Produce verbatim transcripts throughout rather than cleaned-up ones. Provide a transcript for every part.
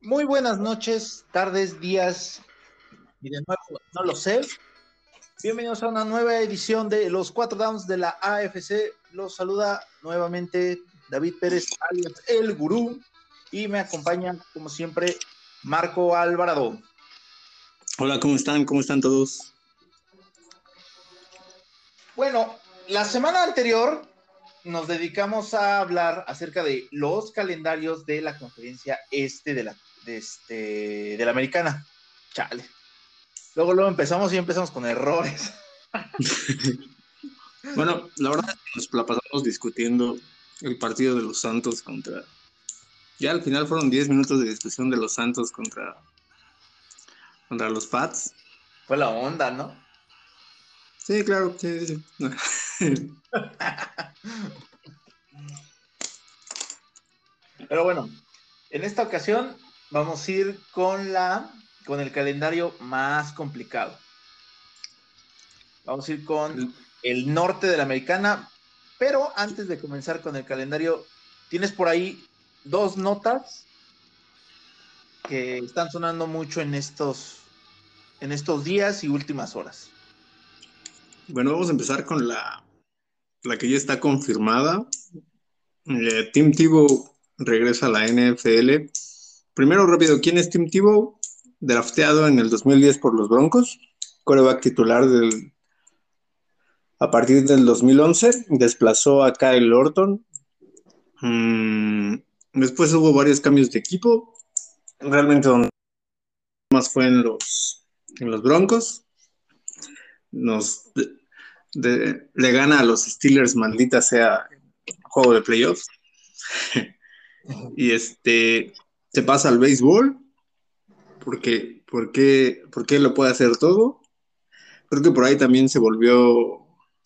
Muy buenas noches, tardes, días, y de nuevo, no lo sé. Bienvenidos a una nueva edición de Los Cuatro Downs de la A F C. Los saluda nuevamente David Pérez, alias El Gurú, y me acompaña, como siempre, Marco Alvarado. Hola, ¿cómo están? ¿Cómo están todos? Bueno, la semana anterior nos dedicamos a hablar acerca de los calendarios de la conferencia este de la, de este, de la americana. Chale. Luego, luego empezamos y empezamos con errores. Bueno, la verdad es que nos la pasamos discutiendo el partido de los Santos contra... Ya al final fueron diez minutos de discusión de los Santos contra, contra los Pats. Fue la onda, ¿no? Sí, claro, sí, sí. Pero bueno, en esta ocasión vamos a ir con la con el calendario más complicado. Vamos a ir con el norte de la americana, pero antes de comenzar con el calendario, tienes por ahí dos notas que están sonando mucho en estos en estos días y últimas horas. Bueno, vamos a empezar con la, la que ya está confirmada. Eh, Tim Tebow regresa a la N F L. Primero, rápido, ¿quién es Tim Tebow? Drafteado en el dos mil diez por los Broncos, quarterback titular del, a partir del dos mil once, desplazó a Kyle Orton. Mm, después hubo varios cambios de equipo. Realmente donde más fue en los, en los Broncos. Nos de, de, le gana a los Steelers, maldita sea, juego de playoffs. Y este se pasa al béisbol. Porque, porque, porque lo puede hacer todo. Creo que por ahí también se volvió.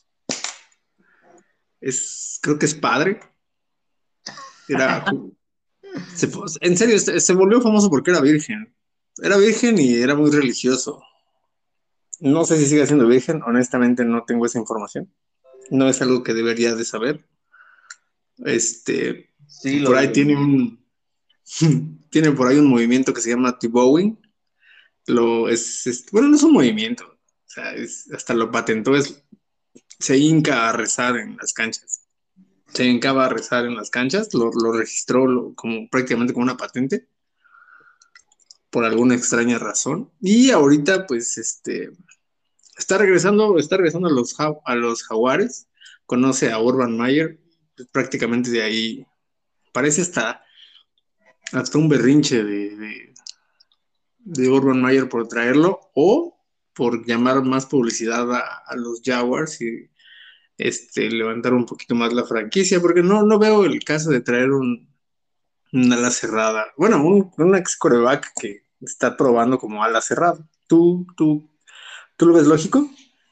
Es, creo que es padre. Era, se, en serio, se, se volvió famoso porque era virgen. Era virgen y era muy religioso. No sé si sigue siendo virgen, honestamente no tengo esa información. No es algo que debería de saber. Este, Sí, lo por ahí tiene debería. un, tiene por ahí un movimiento que se llama T-Bowing. Lo es, es- bueno, no es un movimiento, o sea, es- hasta lo patentó, es, se hinca a rezar en las canchas. Se hincaba a rezar en las canchas, lo, lo registró lo- como prácticamente como una patente, por alguna extraña razón. Y ahorita, pues, este, Está regresando, está regresando a los, Ja- a los Jaguares, conoce a Urban Meyer, pues, prácticamente de ahí, parece hasta, hasta un berrinche de, de, de Urban Meyer por traerlo o por llamar más publicidad a, a los Jaguars y este, levantar un poquito más la franquicia, porque no, no veo el caso de traer un, un ala cerrada, bueno, un, un ex coreback que está probando como ala cerrada. ¿Tú, tú, tú lo ves lógico?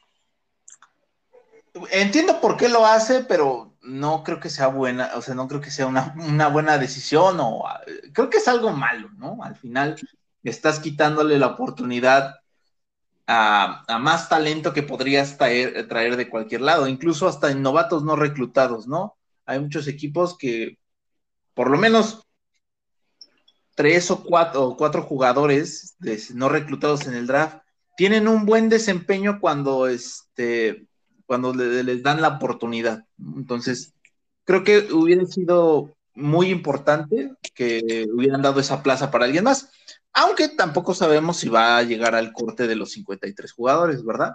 Entiendo por qué lo hace, pero no creo que sea buena, o sea, no creo que sea una, una buena decisión o creo que es algo malo, ¿no? Al final estás quitándole la oportunidad a, a más talento que podrías traer, traer de cualquier lado, incluso hasta en novatos no reclutados, ¿no? Hay muchos equipos que por lo menos tres o cuatro, o cuatro jugadores de, no reclutados en el draft tienen un buen desempeño cuando, este, cuando le, les dan la oportunidad. Entonces, creo que hubiera sido muy importante que hubieran dado esa plaza para alguien más, aunque tampoco sabemos si va a llegar al corte de los cincuenta y tres jugadores, ¿verdad?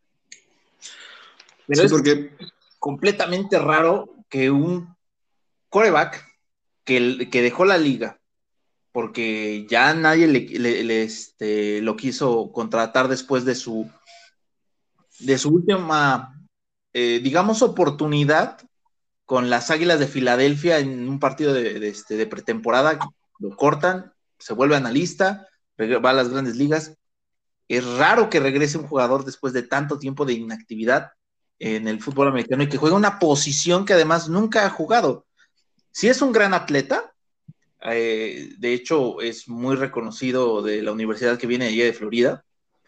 Pero Sí, es porque completamente raro que un coreback que, que dejó la liga porque ya nadie le, le, le, este, lo quiso contratar después de su, de su última, eh, digamos, oportunidad con las Águilas de Filadelfia en un partido de, de, este, de pretemporada. Lo cortan, se vuelve analista, va a las grandes ligas. Es raro que regrese un jugador después de tanto tiempo de inactividad en el fútbol americano y que juegue una posición que además nunca ha jugado. Si es un gran atleta, eh, de hecho es muy reconocido de la universidad que viene allí de Florida,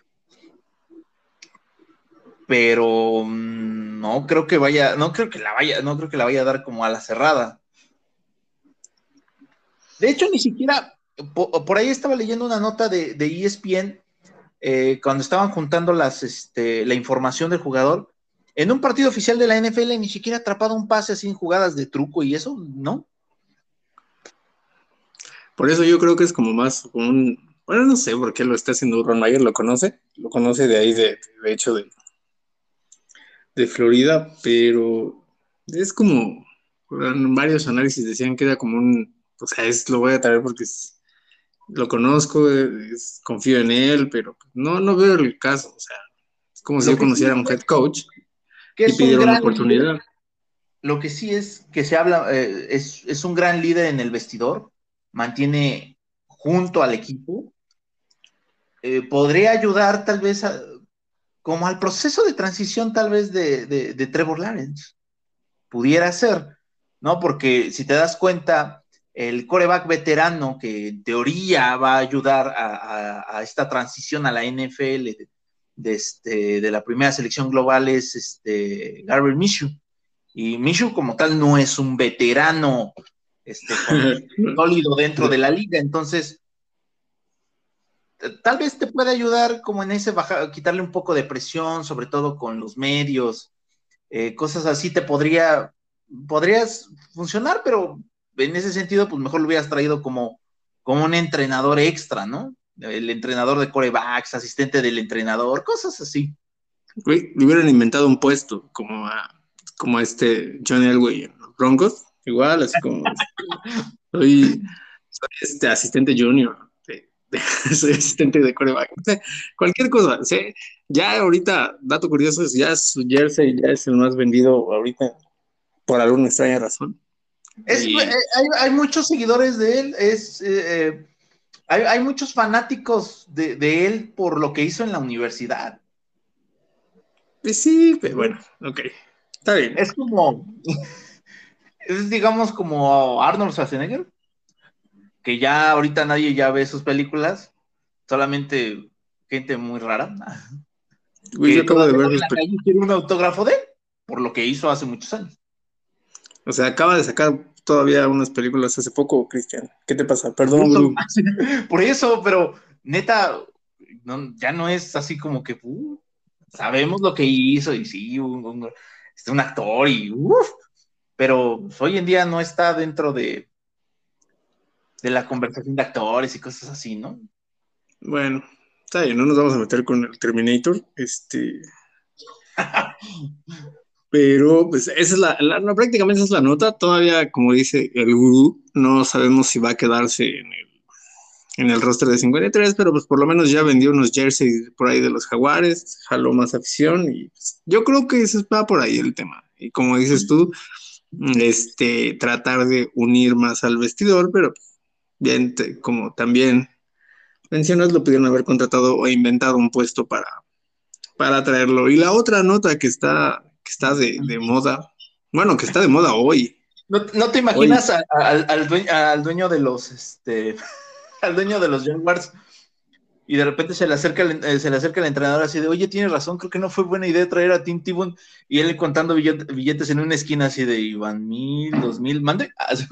pero mmm, no creo que vaya, no creo que la vaya, no creo que la vaya a dar como a la cerrada. De hecho, ni siquiera por, por ahí estaba leyendo una nota de, de E S P N eh, cuando estaban juntando las, este, la información del jugador. En un partido oficial de la N F L ni siquiera ha atrapado un pase sin jugadas de truco y eso, ¿no? Por eso yo creo que es como más como un, bueno, no sé por qué lo está haciendo Urban Meyer, lo conoce, lo conoce de ahí, de, de hecho, de, de Florida, pero es como, en varios análisis decían que era como un, o sea, es, lo voy a traer porque es- lo conozco, es- confío en él, pero no, no veo el caso, o sea, es como si Lo yo que sí conociera a es un que, head coach que y es un pidiera una gran líder, oportunidad. lo que sí es que se habla, eh, es, es un gran líder en el vestidor, mantiene junto al equipo, eh, podría ayudar tal vez a, como al proceso de transición tal vez de, de, de Trevor Lawrence, pudiera ser, ¿no? Porque si te das cuenta, el coreback veterano que en teoría va a ayudar a, a, a esta transición a la N F L de, de, este, de la primera selección global es este, Gardner Minshew. Y Minshew como tal no es un veterano este, con, sólido dentro de la liga, entonces tal vez te pueda ayudar como en ese bajar, quitarle un poco de presión, sobre todo con los medios, eh, cosas así te podría, podrías funcionar, pero en ese sentido, pues mejor lo hubieras traído como, como un entrenador extra, ¿no? El entrenador de corebacks, asistente del entrenador, cosas así. Güey, le hubieran inventado un puesto como a, como a este John Elway en los Broncos, igual, así como soy, soy este asistente junior, de- de- soy asistente de coreback, no sé, cualquier cosa. Sé, ya ahorita, dato curioso, es ya su jersey ya es el más vendido ahorita por alguna extraña razón. Es, eh, Y hay, hay, muchos seguidores de él, es, eh, eh, hay, hay, muchos fanáticos de, de, él por lo que hizo en la universidad. pues sí, pero bueno, ok, está bien. Es como, es digamos como Arnold Schwarzenegger, que ya ahorita nadie ya ve sus películas, solamente gente muy rara, Güey, yo que acabo de todavía ver va en sus la películas. calle y quiere un autógrafo de él, por lo que hizo hace muchos años. O sea, acaba de sacar todavía unas películas hace poco, Cristian. ¿Qué te pasa? Por Perdón, eso, Gru. por eso, pero neta, no, ya no es así como que uh, sabemos lo que hizo y sí, un, un, este, un actor y uff, pero pues, hoy en día no está dentro de, de la conversación de actores y cosas así, ¿no? Bueno, está bien, no nos vamos a meter con el Terminator, este, pero pues esa es la, la- no, prácticamente esa es la nota. Todavía, como dice el gurú, no sabemos si va a quedarse en el, en el roster de cincuenta y tres, pero pues por lo menos ya vendió unos jerseys por ahí de los Jaguares, jaló más afición y pues, yo creo que eso va por ahí el tema. Y como dices tú, este, tratar de unir más al vestidor, pero bien, te- como también mencionas, lo pudieron haber contratado o inventado un puesto para para traerlo. Y la otra nota que está, que está de, de moda, bueno, que está de moda hoy, ¿No, no te hoy, imaginas a, a, al, al, dueño, al, dueño, de los, este, al dueño de los Jaguars y de repente se le acerca el, eh, se le acerca el entrenador así de, oye, tienes razón, creo que no fue buena idea traer a Tim Tebow y él contando billetes, billetes en una esquina así de, iban mil, dos mil, mande.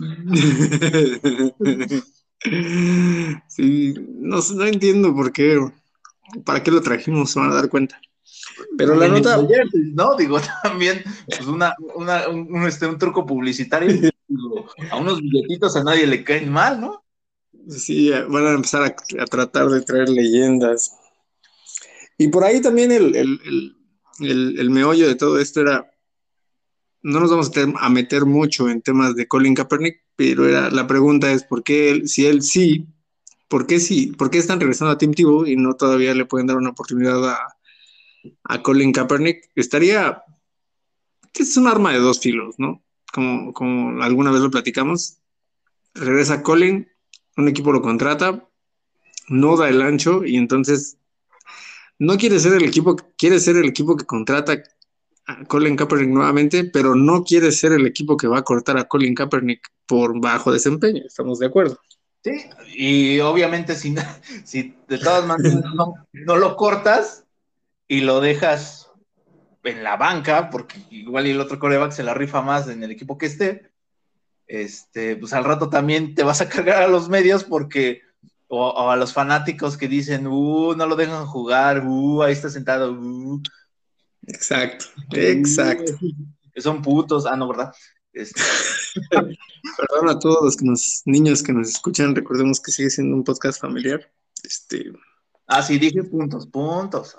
sí, no, no entiendo por qué, para qué lo trajimos, se van a dar cuenta. Pero Un la vendedor de nota, jerseys, ¿no? Digo, también, pues una, una un, un, este, un truco publicitario, digo, a unos billetitos a nadie le caen mal, ¿no? sí, van a empezar a, a tratar de traer leyendas. Y por ahí también el, el, el, el, el meollo de todo esto era no nos vamos a, ter- a meter mucho en temas de Colin Kaepernick, pero era, la pregunta es por qué él, si él sí, por qué sí, por qué están regresando a Tim Tebow y no todavía le pueden dar una oportunidad a, a Colin Kaepernick. Estaría, es un arma de dos filos, ¿no? Como, como alguna vez lo platicamos, regresa Colin, un equipo lo contrata, no da el ancho y entonces no quiere ser el equipo, quiere ser el equipo que contrata a Colin Kaepernick nuevamente, pero no quiere ser el equipo que va a cortar a Colin Kaepernick por bajo desempeño, ¿estamos de acuerdo? Sí, y obviamente si, si de todas maneras no, no lo cortas y lo dejas en la banca, porque igual y el otro coreback se la rifa más en el equipo que esté, este, pues al rato también te vas a cargar a los medios porque O, o a los fanáticos que dicen, uh, no lo dejan jugar, uh, ahí está sentado, uh, Exacto, exacto. uh, son putos, ah, no, ¿verdad? Este, Perdón a todos los que nos, niños que nos escuchan, recordemos que sigue siendo un podcast familiar. Este, ah, sí, dije puntos, puntos.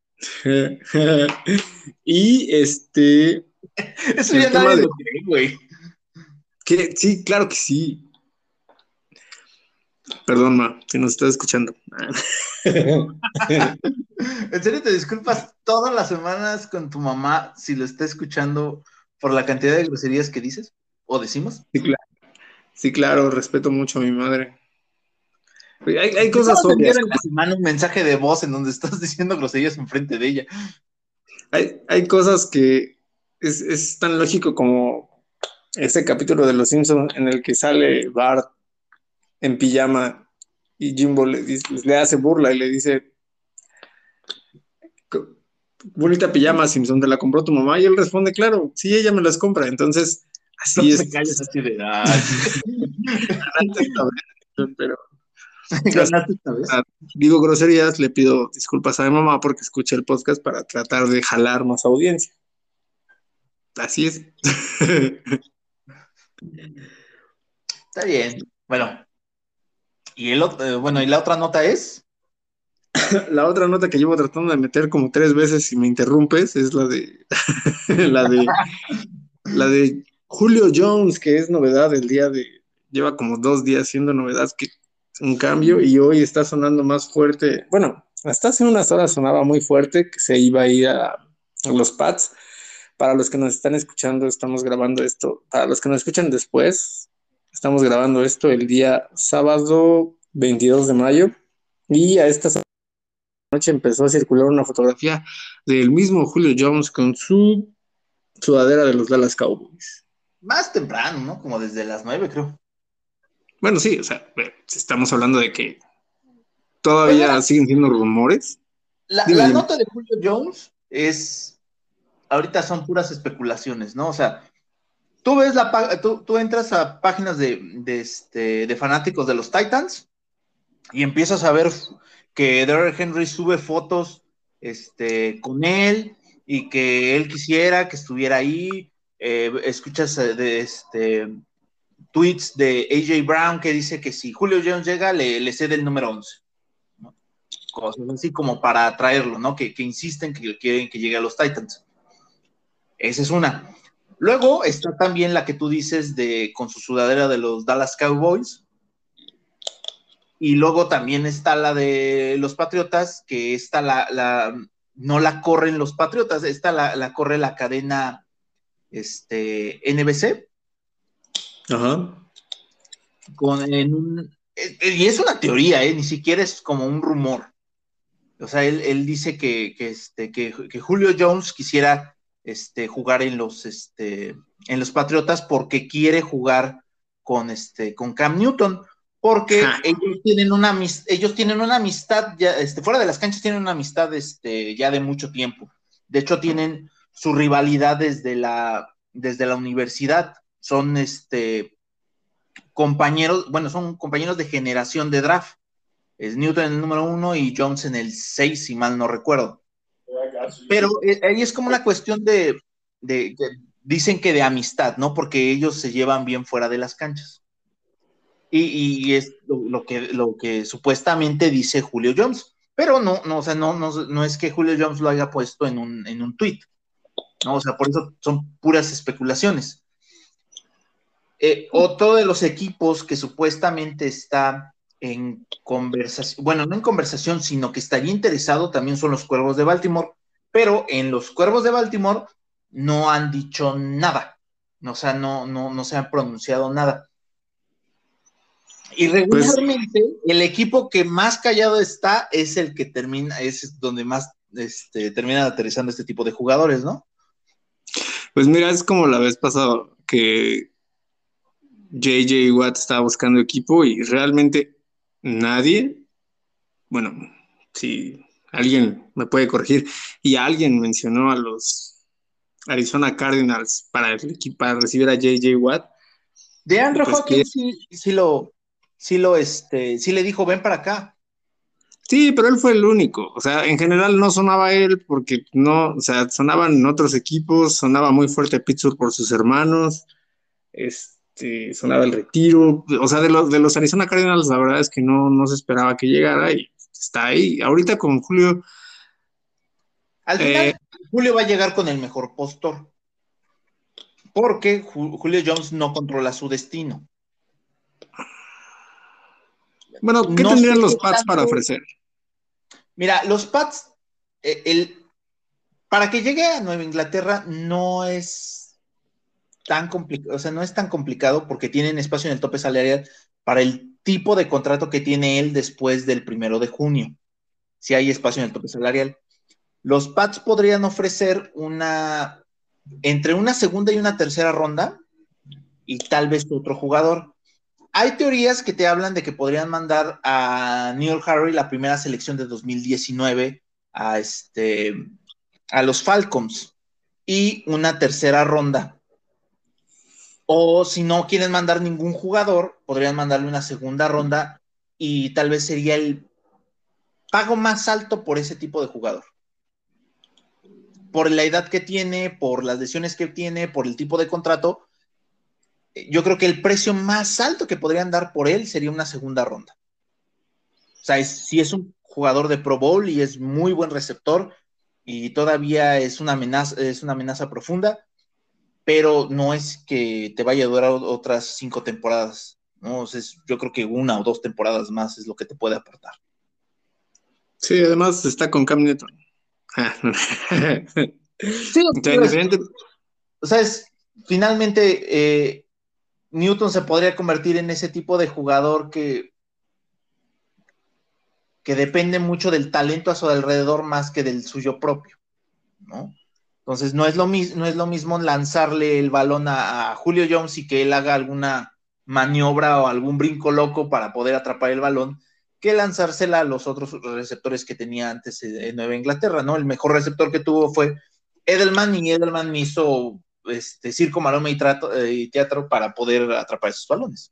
y este, Eso el ya tema nadie de lo cree, güey. que sí, claro que sí. Perdón, ma, si nos estás escuchando. ¿En serio te disculpas todas las semanas con tu mamá si lo está escuchando por la cantidad de groserías que dices o decimos? Sí, claro, sí, claro, respeto mucho a mi madre. Hay, hay Te cosas acabas de enviar obvias, en la semana un mensaje de voz en donde estás diciendo groserías enfrente de ella. hay, hay cosas que es, es tan lógico como ese capítulo de Los Simpsons en el que sale Bart en pijama y Jimbo le, dice- le hace burla y le dice, bonita pijama, Simpson, ¿te la compró tu mamá? Y él responde, claro, sí, ella me las compra. Entonces, No así se es. calles así de, ay, sí. Pero tras- Ganaste esta vez. digo groserías, le pido disculpas a mi mamá porque escuché el podcast para tratar de jalar más audiencia. Así es. Está bien. Bueno, y el otro, eh, bueno, y la otra nota es. La otra nota que llevo tratando de meter como tres veces y me interrumpes es la de la de la de Julio Jones, que es novedad el día de, lleva como dos días siendo novedad, que es un cambio y hoy está sonando más fuerte. Bueno, hasta hace unas horas sonaba muy fuerte que se iba a ir a, a los Pats. Para los que nos están escuchando, estamos grabando esto. Para los que nos escuchan después, estamos grabando esto el día sábado veintidós de mayo y a esta noche empezó a circular una fotografía del mismo Julio Jones con su sudadera de los Dallas Cowboys. Más temprano, ¿no? Como desde las nueve, creo. Bueno, sí, o sea, estamos hablando de que Pues mira, todavía siguen siendo rumores. la, Dime, la dime. nota de Julio Jones es, ahorita son puras especulaciones, ¿no? O sea, tú ves la, tú, tú entras a páginas de, de, este, de fanáticos de los Titans y empiezas a ver que Derrick Henry sube fotos este, con él y que él quisiera que estuviera ahí. Eh, escuchas eh, de este tweets de A J Brown que dice que si Julio Jones llega, le, le cede el número once, ¿no? Cosas así como para atraerlo, ¿no? Que, que insisten que quieren que llegue a los Titans. Esa es una. Luego está también la que tú dices de con su sudadera de los Dallas Cowboys. Y luego también está la de los Patriotas, que esta la, la no la corren los Patriotas, esta la, la corre la cadena este, N B C. Ajá. Con, en un, y es una teoría, ¿eh? Ni siquiera es como un rumor. O sea, él, él dice que, que, este, que, que, Julio Jones quisiera este, jugar en los, este, en los Patriotas porque quiere jugar con, este, con Cam Newton, porque Ja. ellos tienen una amistad, ellos tienen una amistad ya, este, fuera de las canchas tienen una amistad este, ya de mucho tiempo. De hecho, tienen su rivalidad desde la, desde la universidad. Son este, compañeros, bueno, son compañeros de generación de draft. Es Newton en el número uno y Jones en el seis, si mal no recuerdo. Pero eh, ahí es como una cuestión de, de, de, dicen que de amistad, ¿no? Porque ellos se llevan bien fuera de las canchas. Y, y es lo, lo, que, lo que supuestamente dice Julio Jones. Pero no, no, o sea, no, no, no es que Julio Jones lo haya puesto en un, en un tweet, ¿no? O sea, por eso son puras especulaciones. Eh, otro de los equipos que supuestamente está en conversación, bueno, no en conversación, sino que estaría interesado también son los Cuervos de Baltimore, pero en los Cuervos de Baltimore no han dicho nada, o sea, no, no, no se han pronunciado nada. Y Pues, regularmente el equipo que más callado está es el que termina, es donde más este, terminan aterrizando este tipo de jugadores, ¿no? pues mira, es como la vez pasada que J J Watt estaba buscando equipo y realmente nadie, bueno, si alguien me puede corregir, y alguien mencionó a los Arizona Cardinals para, el equipo, para recibir a J J Watt, De y Andrew pues que Hawkins sí, sí lo, sí lo, este, sí le dijo, ven para acá. Sí, pero él fue el único. O sea, en general no sonaba él porque no, o sea, sonaban otros equipos, sonaba muy fuerte Pittsburgh por sus hermanos, este, sonaba el retiro. O sea, de los, de los Arizona Cardinals, la verdad es que no, no se esperaba que llegara y está ahí. Ahorita con Julio, Al eh, final, Julio va a llegar con el mejor postor, porque Julio Jones no controla su destino. bueno, ¿qué No sé tendrían los qué Pats para tanto. ofrecer? Mira, los Pats, eh, el, para que llegue a Nueva Inglaterra no es tan complicado, o sea, no es tan complicado porque tienen espacio en el tope salarial para el tipo de contrato que tiene él después del primero de junio. Si hay espacio en el tope salarial. Los Pats podrían ofrecer una, entre una segunda y una tercera ronda y tal vez otro jugador. Hay teorías que te hablan de que podrían mandar a Neil Harry la primera selección de dos mil diecinueve a, este, a los Falcons y una tercera ronda. O si no quieren mandar ningún jugador, podrían mandarle una segunda ronda y tal vez sería el pago más alto por ese tipo de jugador. Por la edad que tiene, por las lesiones que tiene, por el tipo de contrato, yo creo que el precio más alto que podrían dar por él sería una segunda ronda. O sea, es, si es un jugador de Pro Bowl y es muy buen receptor y todavía es una amenaza, es una amenaza profunda, pero no es que te vaya a durar otras cinco temporadas, ¿no? O sea, es, yo creo que una o dos temporadas más es lo que te puede aportar. Sí, además está con Cam Newton. Sí, O sea, pues, independiente, o sea, es, finalmente eh, Newton se podría convertir en ese tipo de jugador que, que depende mucho del talento a su alrededor más que del suyo propio, ¿no? Entonces no es lo, mis no es lo mismo lanzarle el balón a, a Julio Jones y que él haga alguna maniobra o algún brinco loco para poder atrapar el balón que lanzársela a los otros receptores que tenía antes en Nueva Inglaterra, ¿no? El mejor receptor que tuvo fue Edelman y Edelman hizo este, circo, maroma y, trato, eh, y teatro para poder atrapar esos balones.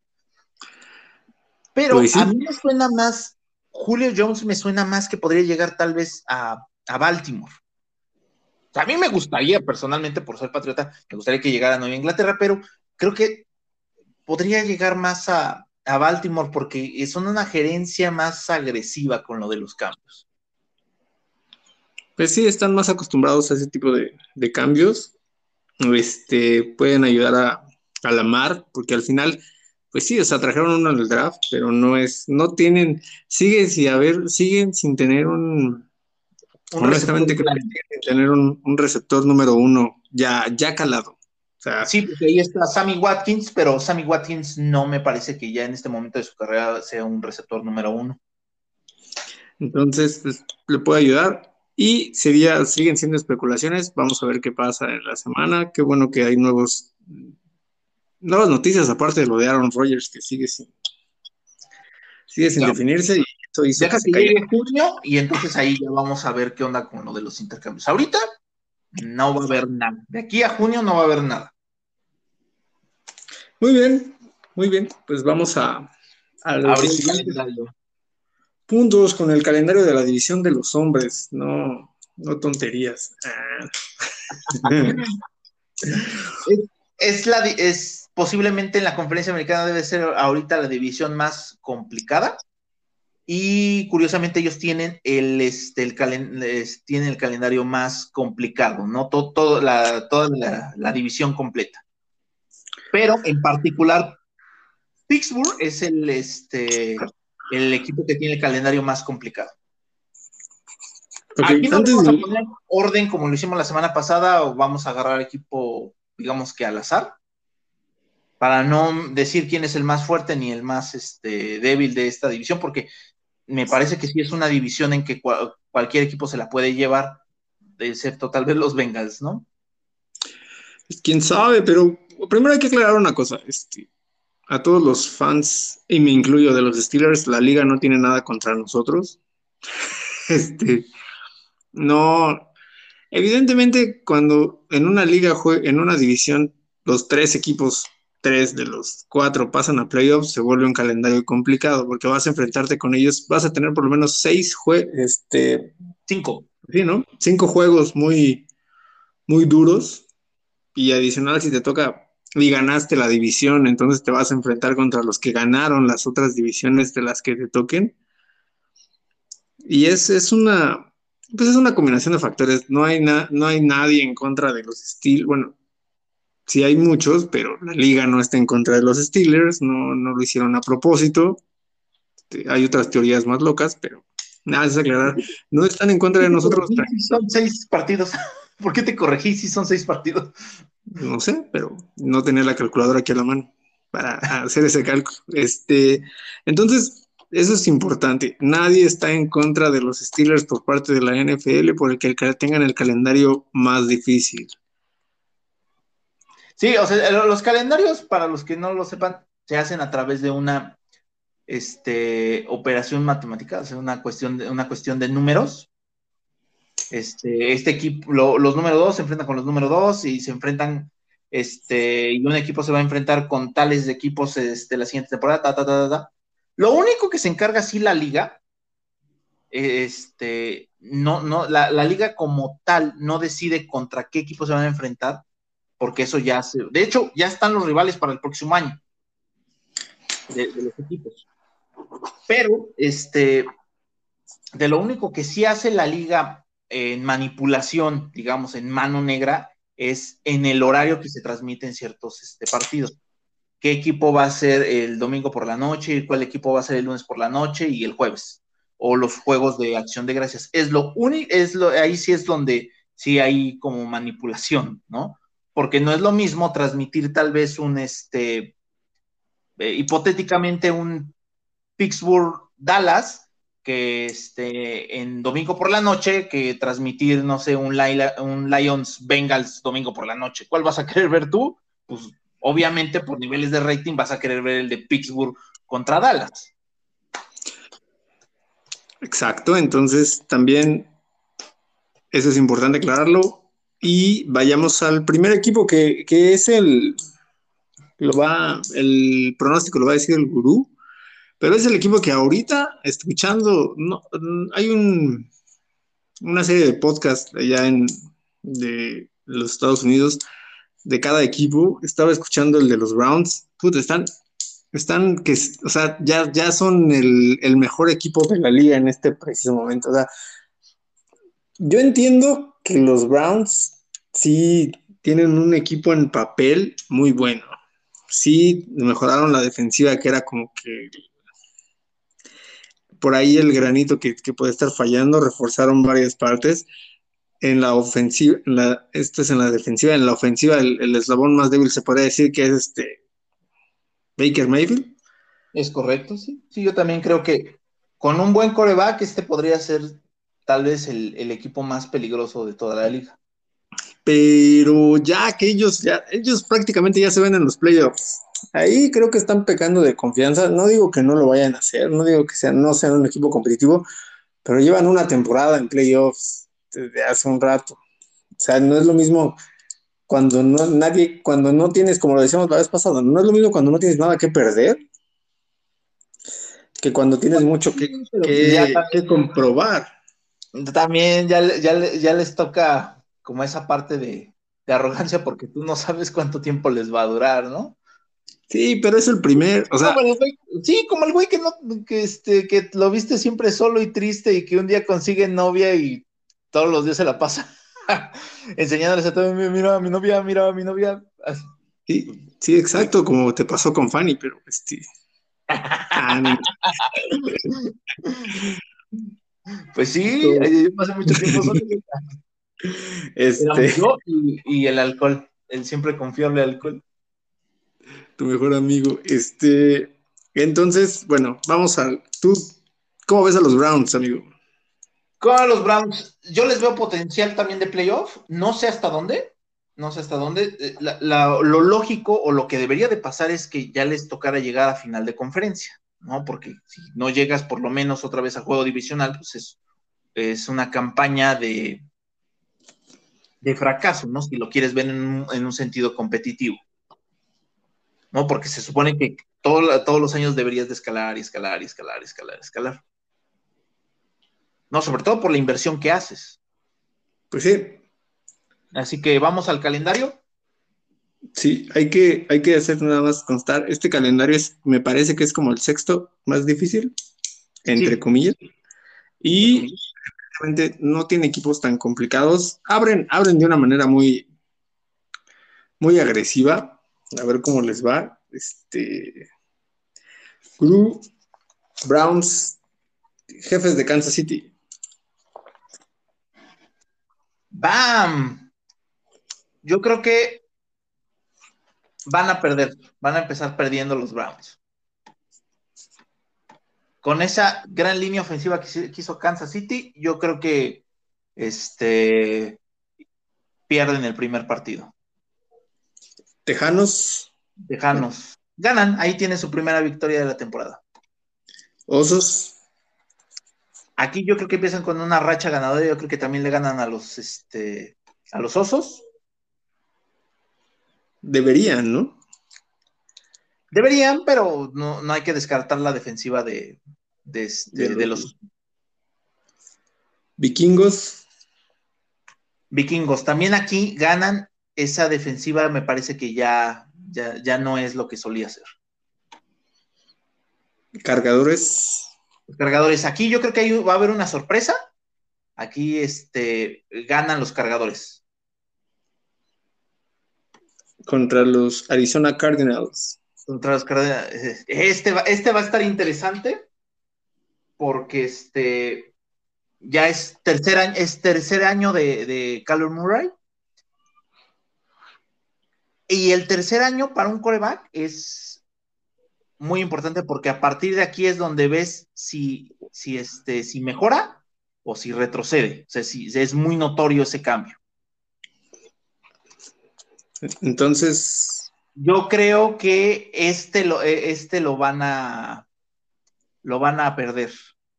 Pero pues a sí. mí me suena más, Julio Jones me suena más que podría llegar tal vez a, a Baltimore. O sea, a mí me gustaría, personalmente, por ser patriota, me gustaría que llegara a Nueva Inglaterra, pero creo que podría llegar más a, a Baltimore porque son una gerencia más agresiva con lo de los cambios. Pues sí, están más acostumbrados a ese tipo de, de cambios. Este, pueden ayudar a, a la mar, porque al final, pues sí, o sea, trajeron uno en el draft, pero no es, no tienen, siguen sin haber, siguen sin tener un, Un receptor honestamente creo que claro. siguen sin tener un, un receptor número uno ya, ya calado. O sea, Sí, porque ahí está Sammy Watkins, pero Sammy Watkins no me parece que ya en este momento de su carrera sea un receptor número uno. entonces, pues, le puede ayudar. Y sería, siguen siendo especulaciones. Vamos a ver qué pasa en la semana. Qué bueno que hay nuevos, nuevas noticias, aparte de lo de Aaron Rodgers, que sigue sin, sigue sin Ya, definirse y eso hizo que deja se que caiga. llegue junio y entonces ahí ya vamos a ver qué onda con lo de los intercambios. Ahorita no va a haber nada. De aquí a junio no va a haber nada. Muy bien, muy bien. Pues vamos a, a los Abrir el siguientes calendario. puntos con el calendario de la división de los hombres. No, no tonterías. Ah. Es, es, la, es posiblemente en la conferencia americana debe ser ahorita la división más complicada y curiosamente ellos tienen el, este, el, calen, les, tienen el calendario más complicado, ¿no? Todo, todo la, toda la, la división completa. Pero en particular Pittsburgh es el, este, el equipo que tiene el calendario más complicado. Ok, Aquí no le antes vamos a de... poner orden como lo hicimos la semana pasada o vamos a agarrar equipo, digamos que al azar, para no decir quién es el más fuerte ni el más este, débil de esta división, porque me parece que sí es una división en que cual, cualquier equipo se la puede llevar, excepto tal vez los Bengals, ¿no? Quién sabe, pero primero hay que aclarar una cosa. Este, a todos los fans, y me incluyo de los Steelers, la liga no tiene nada contra nosotros. Este, no, evidentemente cuando en una liga, jue- en una división, los tres equipos tres de los cuatro pasan a playoffs, se vuelve un calendario complicado porque vas a enfrentarte con ellos, vas a tener por lo menos seis juegos, este, Cinco. sí, ¿no? Cinco juegos muy, muy duros y adicional si te toca y ganaste la división, entonces te vas a enfrentar contra los que ganaron las otras divisiones de las que te toquen. Y es, es una, pues es una combinación de factores. No hay, na- no hay nadie en contra de los Steelers. Bueno, sí hay muchos, pero la liga no está en contra de los Steelers. No, no lo hicieron a propósito. Este, Hay otras teorías más locas, pero nada, es aclarar. No están en contra ¿Por de qué te nosotros. corregí si son seis partidos? ¿Por qué te corregí si son seis partidos? No sé, pero no tenía la calculadora aquí a la mano para hacer ese cálculo. Este, entonces, eso es importante. Nadie está en contra de los Steelers por parte de la N F L por el que tengan el calendario más difícil. Sí, o sea, los calendarios, para los que no lo sepan, se hacen a través de una este, operación matemática, o sea, una cuestión de, una cuestión de números. Este, este equipo, lo, los número dos se enfrentan con los número dos y se enfrentan, este, y un equipo se va a enfrentar con tales de equipos este, la siguiente temporada, ta, ta, ta, ta, ta. Lo único que se encarga sí la liga, este, no, no, la, la liga como tal no decide contra qué equipo se van a enfrentar, porque eso ya se, de hecho, ya están los rivales para el próximo año de, de los equipos. Pero, este, de lo único que sí hace la liga en manipulación, digamos, en mano negra, es en el horario que se transmiten ciertos este, partidos. ¿Qué equipo va a ser el domingo por la noche? ¿Cuál equipo va a ser el lunes por la noche y el jueves? O los juegos de acción de gracias. Es lo único, es lo, ahí sí es donde sí hay como manipulación, ¿no? Porque no es lo mismo transmitir tal vez un, este, eh, hipotéticamente un Pittsburgh Dallas que este, en domingo por la noche que transmitir, no sé, un, un Lions Bengals domingo por la noche. ¿Cuál vas a querer ver tú? Pues obviamente por niveles de rating vas a querer ver el de Pittsburgh contra Dallas. Exacto, entonces también eso es importante aclararlo. Y vayamos al primer equipo que, que es el, lo va, el pronóstico lo va a decir el gurú, pero es el equipo que ahorita, escuchando, no, hay un, una serie de podcasts allá en, de los Estados Unidos de cada equipo. Estaba escuchando el de los Browns. Puta, están, están que, o sea, ya, ya son el, el mejor equipo de la liga en este preciso momento. O sea, yo entiendo que los Browns sí tienen un equipo en papel muy bueno. Sí mejoraron la defensiva, que era como que por ahí el granito que, que puede estar fallando, reforzaron varias partes. En la ofensiva, en la, esto es en la defensiva, en la ofensiva el, el eslabón más débil se podría decir que es este Baker Mayfield, Es correcto, sí. Sí, yo también creo que con un buen coreback este podría ser tal vez el, el equipo más peligroso de toda la liga. pero ya que ellos, ya, ellos prácticamente ya se ven en los playoffs. Ahí creo que están pecando de confianza. No digo que no lo vayan a hacer, no digo que sean, no sean un equipo competitivo, pero llevan una temporada en playoffs desde hace un rato. O sea, no es lo mismo cuando no nadie, cuando no tienes, como lo decíamos la vez pasada, no es lo mismo cuando no tienes nada que perder que cuando tienes mucho que, Sí, pero pues ya que, que comprobar. también ya, ya, ya les toca como esa parte de, de arrogancia porque tú no sabes cuánto tiempo les va a durar, ¿no? Sí, pero es el primer, o sea, Como el güey, sí, como el güey que no, que este, que lo viste siempre solo y triste y que un día consigue novia y todos los días se la pasa enseñándoles a todos, mira a mi novia, mira a mi novia. Así. sí, sí, exacto, como te pasó con Fanny, pero este, ah, no, Pues sí, tú, yo pasé mucho tiempo solo. este, Éramos yo y, y el alcohol, el siempre confiable alcohol. tu mejor amigo, este, entonces, bueno, vamos a, tú, ¿cómo ves a los Browns, amigo? Con los Browns, yo les veo potencial también de playoff, no sé hasta dónde, no sé hasta dónde. Eh, La, la, lo lógico o lo que debería de pasar es que ya les tocara llegar a final de conferencia, ¿no? Porque si no llegas por lo menos otra vez a juego divisional, pues es, es una campaña de, de fracaso, ¿no? Si lo quieres ver en un, en un sentido competitivo, ¿no? Porque se supone que todo, todos los años deberías de escalar y escalar y escalar y escalar y escalar. No, sobre todo por la inversión que haces. Pues sí. Así que vamos al calendario. Sí, hay que, hay que hacer nada más constar. Este calendario es, me parece que es como el sexto más difícil, entre Sí, comillas. entre Y comillas. realmente no tiene equipos tan complicados. Abren, abren de una manera muy, muy agresiva. A ver cómo les va. Este, Gru, Browns, jefes de Kansas City. ¡Bam! Yo creo que van a perder, van a empezar perdiendo los Browns. Con esa gran línea ofensiva que hizo Kansas City, yo creo que este, pierden el primer partido. Tejanos, Dejanos. Ganan, ahí tiene su primera victoria de la temporada. Osos. Aquí yo creo que empiezan con una racha ganadora, yo creo que también le ganan a los, este, a los Osos. Deberían, ¿no? Deberían, pero no, no hay que descartar la defensiva de, de, De este, de los los Vikingos, Vikingos. También aquí ganan esa defensiva, me parece que ya, ya, ya no es lo que solía ser. Cargadores. Los cargadores, aquí yo creo que ahí va a haber una sorpresa. Aquí este, ganan los cargadores. Contra los Arizona Cardinals. Contra los cargadores. Este va, este va a estar interesante porque este ya es tercer año, es tercer año de, de Kyler Murray. Y el tercer año para un quarterback es muy importante porque a partir de aquí es donde ves si, si, este, si mejora o si retrocede. O sea, si, es muy notorio ese cambio. Entonces, Yo creo que este lo, este lo van a lo van a perder.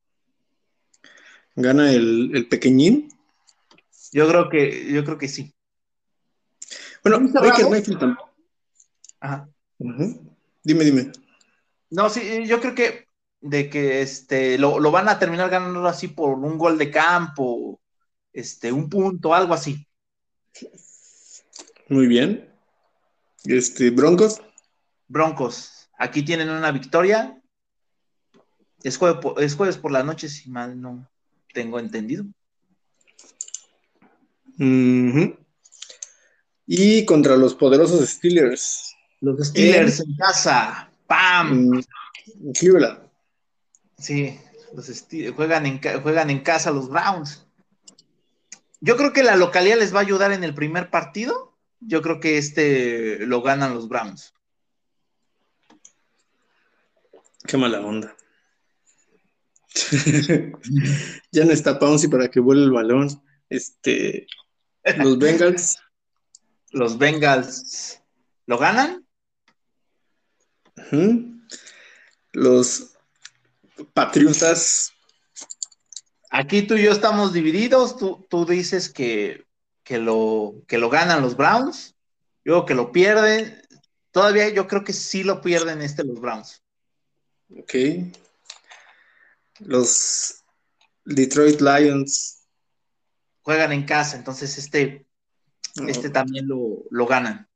gana el, el pequeñín. Yo creo que, yo creo que sí. Muy Bueno, Baker cerrado. Mayfield tampoco. Ajá. Uh-huh. Dime, dime. No, sí, yo creo que de que este lo, lo van a terminar ganando así por un gol de campo, este, un punto, algo así. Muy bien. Este, Broncos. Broncos, aquí tienen una victoria. Es jueves, por, es jueves por la noche, si mal no tengo entendido. Uh-huh. Y contra los poderosos Steelers. Los En, Steelers en casa. ¡Pam! en Cleveland. Sí, los Steelers juegan en, juegan en casa los Browns. Yo creo que la localidad les va a ayudar en el primer partido. Yo creo que este lo ganan los Browns. Qué mala onda. Ya no está Pouncy para que vuele el balón. Este, los Bengals. Los Bengals lo ganan. Uh-huh. Los Patriotas. Aquí tú y yo estamos divididos. Tú, tú dices que, que, lo, que lo ganan los Browns. Yo que lo pierden. Todavía yo creo que sí lo pierden este los Browns. Ok. Los Detroit Lions. Juegan en casa, entonces este, este Oh, también lo, lo ganan.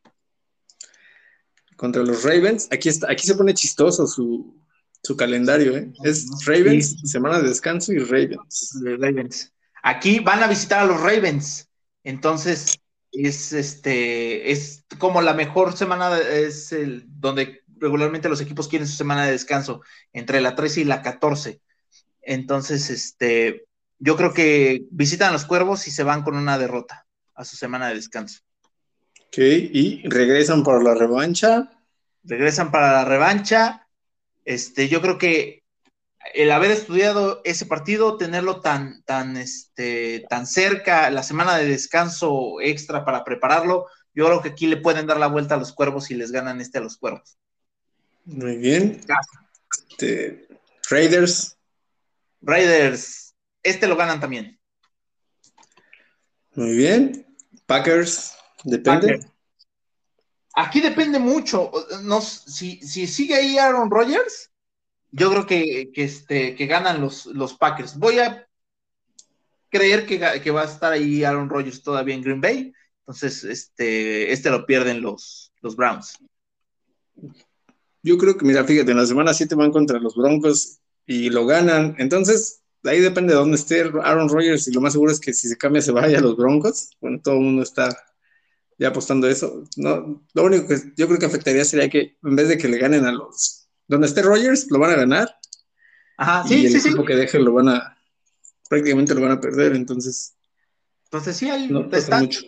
contra los Ravens. Aquí está, aquí se pone chistoso su, su calendario, ¿eh? Es Sí, Ravens, semana de descanso y Ravens. Ravens. Aquí van a visitar a los Ravens. Entonces, es este, es como la mejor semana, de, es el donde regularmente los equipos quieren su semana de descanso, entre la trece y la catorce. Entonces, este, yo creo que visitan a los Cuervos y se van con una derrota a su semana de descanso. Ok, y regresan por la revancha. Regresan para la revancha. Este, yo creo que el haber estudiado ese partido, tenerlo tan, tan, este, tan cerca, la semana de descanso extra para prepararlo, yo creo que aquí le pueden dar la vuelta a los Cuervos y les ganan este a los Cuervos. Muy bien. Este, Raiders. Raiders, este lo ganan también. Muy bien. Packers. Depende. Packers. Aquí depende mucho. No, si, si sigue ahí Aaron Rodgers, yo creo que, que, este, que ganan los, los Packers. Voy a creer que, que va a estar ahí Aaron Rodgers todavía en Green Bay. Entonces, este, este lo pierden los, los Browns. Yo creo que, mira, fíjate, en la semana siete van contra los Broncos y lo ganan. Entonces, ahí depende de dónde esté Aaron Rodgers y lo más seguro es que si se cambia se vaya a los Broncos. Bueno, todo el mundo está ya apostando eso. No, lo único que yo creo que afectaría sería que en vez de que le ganen a los... Donde esté Rodgers, lo van a ganar Ajá, y sí, el sí, sí. equipo que deje lo van a... prácticamente lo van a perder, entonces Entonces, sí, ahí no pasa está. mucho.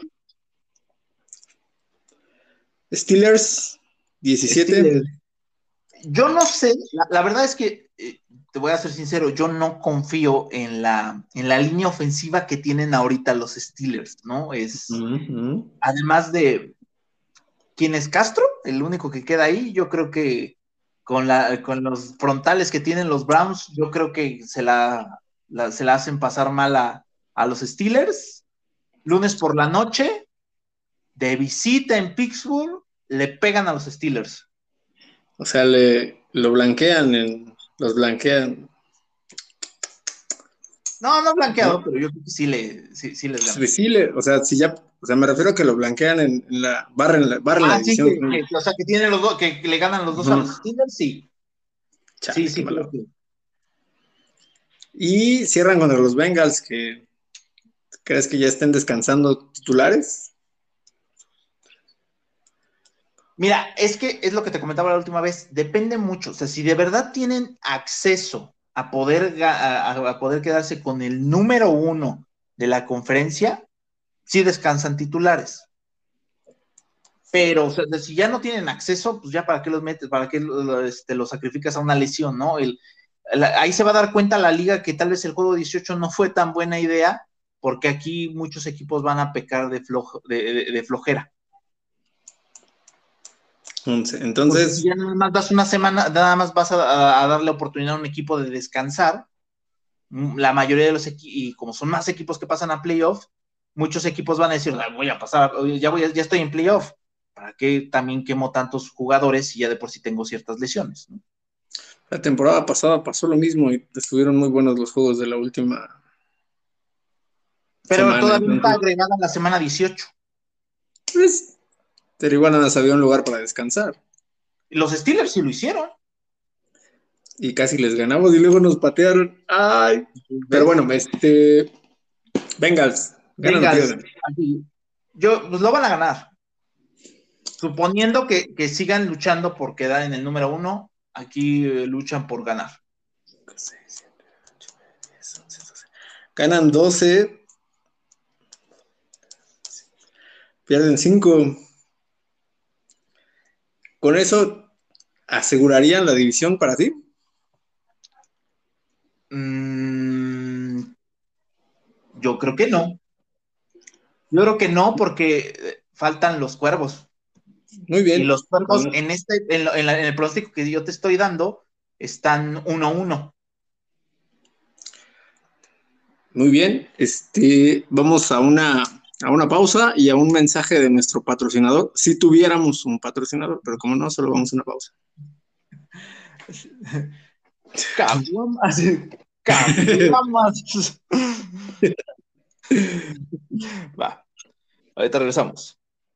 Steelers, diecisiete. Steelers. Yo no sé, la, la verdad es que, eh, te voy a ser sincero, yo no confío en la, en la línea ofensiva que tienen ahorita los Steelers, ¿no? Es, Uh-huh. además de, ¿quién es Castro? El único que queda ahí, yo creo que con, la, con los frontales que tienen los Browns, yo creo que se la, la se la hacen pasar mal a, a los Steelers. Lunes por la noche, de visita en Pittsburgh, le pegan a los Steelers. O sea, le, lo blanquean, en, los blanquean. No, no blanqueado, ¿No? pero yo creo que sí, le, sí, sí les ganan. Pues sí, le, o sea, si ya, o sea, me refiero a que lo blanquean en, en la, barren la, barren la Ah, sí, división. que, que, o sea, que tienen los dos, que, que le ganan los dos a Uh-huh. los Steelers, sí. Sí, Chale, qué sí, creo malo. que. Y cierran contra los Bengals, que crees que ya estén descansando titulares. Mira, es que es lo que te comentaba la última vez, depende mucho. O sea, si de verdad tienen acceso a poder, a, a poder quedarse con el número uno de la conferencia, sí descansan titulares. Pero, o sea, si ya no tienen acceso, pues ya para qué los metes, para qué lo, este, los sacrificas a una lesión, ¿no? El, la, ahí se va a dar cuenta la liga que tal vez el juego dieciocho no fue tan buena idea, porque aquí muchos equipos van a pecar de, flojo, de, de, de flojera. Porque si Entonces, ya nada más das una semana, nada más vas a, a darle oportunidad a un equipo de descansar, la mayoría de los equipos, y como son más equipos que pasan a playoff, muchos equipos van a decir, voy a pasar, ya, voy, ya estoy en playoff, ¿para qué también quemo tantos jugadores si ya de por sí tengo ciertas lesiones? ¿No? la temporada pasada pasó lo mismo y estuvieron muy buenos los juegos de la última Pero semana. todavía no está Entonces, agregada la semana dieciocho. pues, pero igual nada más había un lugar para descansar. Los Steelers sí lo hicieron. Y casi les ganamos y luego nos patearon. Ay, pero ¿Ves? bueno, este, Bengals, ganan o Bengals, pierden. aquí, yo, pues lo van a ganar. Suponiendo que, que sigan luchando por quedar en el número uno, aquí eh, luchan por ganar. Ganan doce, pierden cinco. Con eso, ¿asegurarían la división para ti? Mm, yo creo que no. Yo creo que no, porque eh, faltan los cuervos. Muy Y bien. los cuervos en este, en, lo- en la- en el pronóstico que yo te estoy dando, están uno a uno. Muy bien. Este, vamos a una, a una pausa y a un mensaje de nuestro patrocinador. Si tuviéramos un patrocinador, pero como no, solo vamos a una pausa. Caguamas. Caguamas. Va, ahorita regresamos.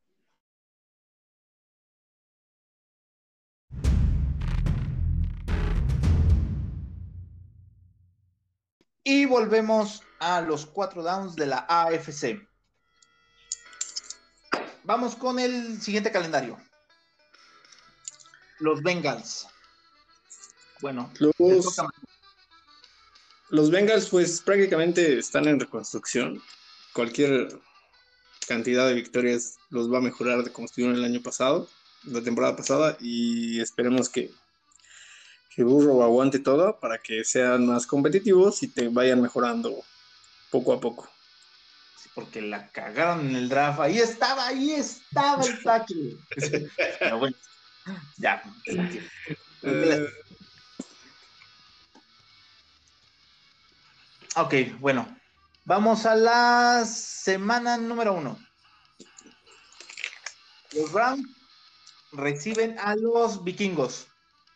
Y volvemos a los cuatro downs de la A F C. Vamos con el siguiente calendario. Los Bengals. Bueno, te Los, toca. los Bengals, pues prácticamente están en reconstrucción. Cualquier cantidad de victorias los va a mejorar de como estuvieron el año pasado, la temporada pasada, y esperemos que, que Burrow aguante todo para que sean más competitivos y te vayan mejorando poco a poco. Sí, porque la cagaron en el draft. Ahí estaba, ahí estaba el tackle. Pero bueno, ya, tranquilo. Tranquila. Uh, Ok, bueno. Vamos a la semana número uno. Los Browns reciben a los vikingos.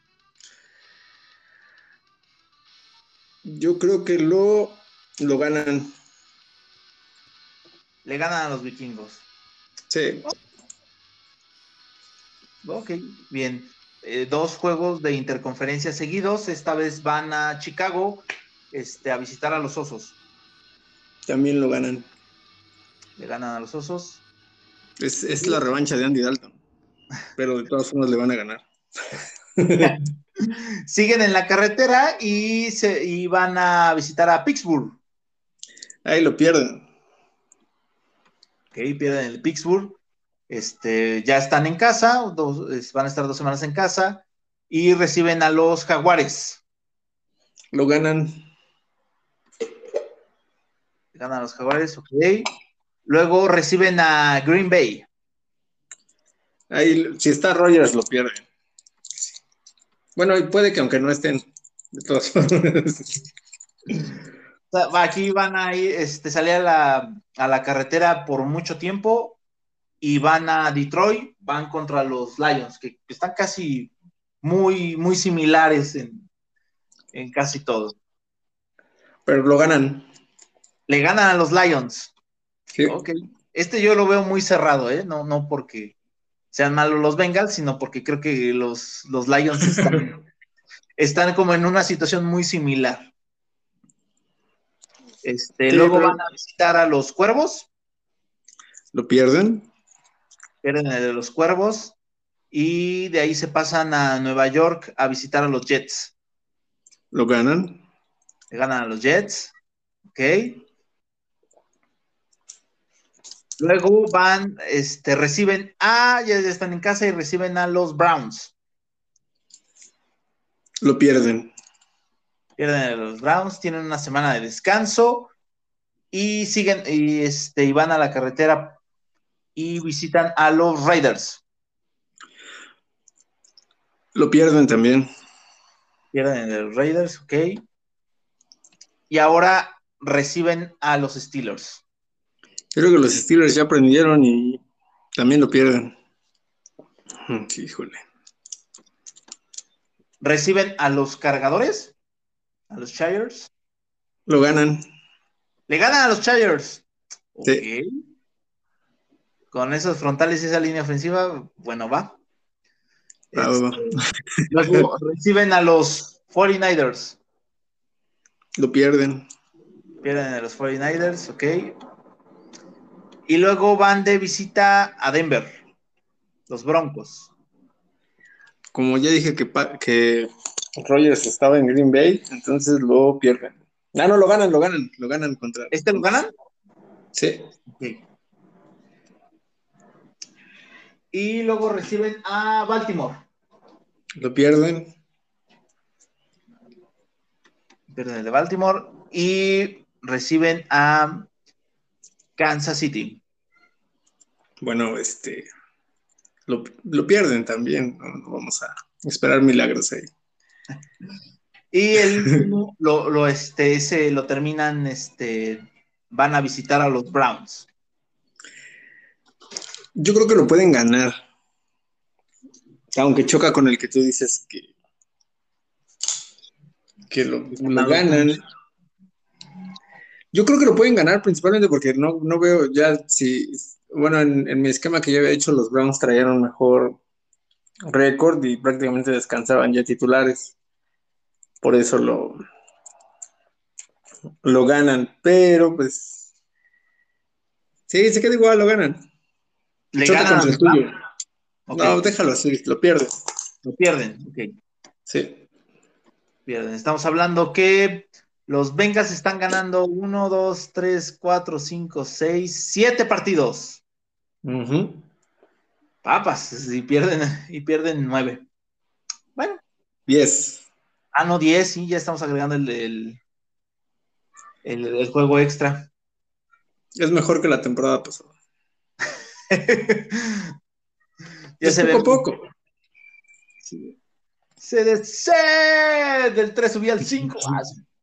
Yo creo que lo, lo ganan. Le ganan a los vikingos. Sí. Ok, bien. Eh, dos juegos de interconferencia seguidos. Esta vez van a Chicago este, a visitar a los Osos. También lo ganan. Le ganan a los Osos. Es, es la revancha de Andy Dalton. Pero de todas formas le van a ganar. Siguen en la carretera y, se, y van a visitar a Pittsburgh. Ahí lo pierden. Ok, pierden el Pittsburgh. Este, ya están en casa, dos, van a estar dos semanas en casa y reciben a los Jaguares. Lo ganan. Ganan a los Jaguares, ok. Luego reciben a Green Bay. Ahí, si está Rogers, lo pierden. Bueno, y puede que aunque no estén, de todas formas. Aquí van a ir, este, salir a la, a la carretera por mucho tiempo y van a Detroit, van contra los Lions, que, que están casi muy, muy similares en, en casi todo. Pero lo ganan. Le ganan a los Lions. Sí. Ok. Este yo lo veo muy cerrado, ¿eh? No, no porque sean malos los Bengals, sino porque creo que los, los Lions están, están como en una situación muy similar. Este, Sí, luego pero van a visitar a los Cuervos. lo pierden. Pierden el de los Cuervos. Y de ahí se pasan a Nueva York a visitar a los Jets. Lo ganan. Le ganan a los Jets. Ok. Luego van, este, reciben a, ya están en casa y reciben a los Browns. Lo pierden. Pierden a los Browns, tienen una semana de descanso y siguen, y, este, y van a la carretera y visitan a los Raiders. Lo pierden también. Pierden a los Raiders, ok. Y ahora reciben a los Steelers. Creo que los Steelers ya aprendieron y también lo pierden. Sí, híjole. Reciben a los Cargadores, a los Chargers. Lo ganan. Le ganan a los Chargers. Ok. Sí. Con esos frontales y esa línea ofensiva, bueno, va. Va, va, va. Este, luego reciben a los cuarenta y nueve ers. Lo pierden. Pierden a los cuarenta y nueve ers, ok. Y luego van de visita a Denver, los Broncos. Como ya dije que, que Rogers estaba en Green Bay, entonces lo pierden. Ah, no, lo ganan, lo ganan, lo ganan contra los ¿Este lo Broncos. ganan? Sí. Okay. Y luego reciben a Baltimore. Lo pierden. Pierden el de Baltimore. Y reciben a Kansas City. Bueno, este, lo, lo pierden también. No, no vamos a esperar milagros ahí. Y el último lo, lo, este, ese, lo terminan, este, van a visitar a los Browns. Yo creo que lo pueden ganar. Aunque choca con el que tú dices que, que lo, lo ganan. Yo creo que lo pueden ganar principalmente porque no, no veo ya si, bueno, en, en mi esquema que yo había hecho, los Browns traían un mejor récord y prácticamente descansaban ya titulares. Por eso lo, lo ganan, pero pues sí, se queda igual, lo ganan. Le Choca ganan a contra el los tuyo. Browns. Okay. No, déjalo así, lo pierdes. Lo pierden, ok. Sí. Pierden. Estamos hablando que los Bengals están ganando uno, dos, tres, cuatro, cinco, seis, siete partidos. Uh-huh. Papas, y pierden, y pierden nueve. Bueno. diez. Ah, no, diez, sí, ya estamos agregando el, el, el, el juego extra. Es mejor que la temporada pasada. Ya Es se poco ve. a poco. Sí. Se de del tres subía al cinco. Ah,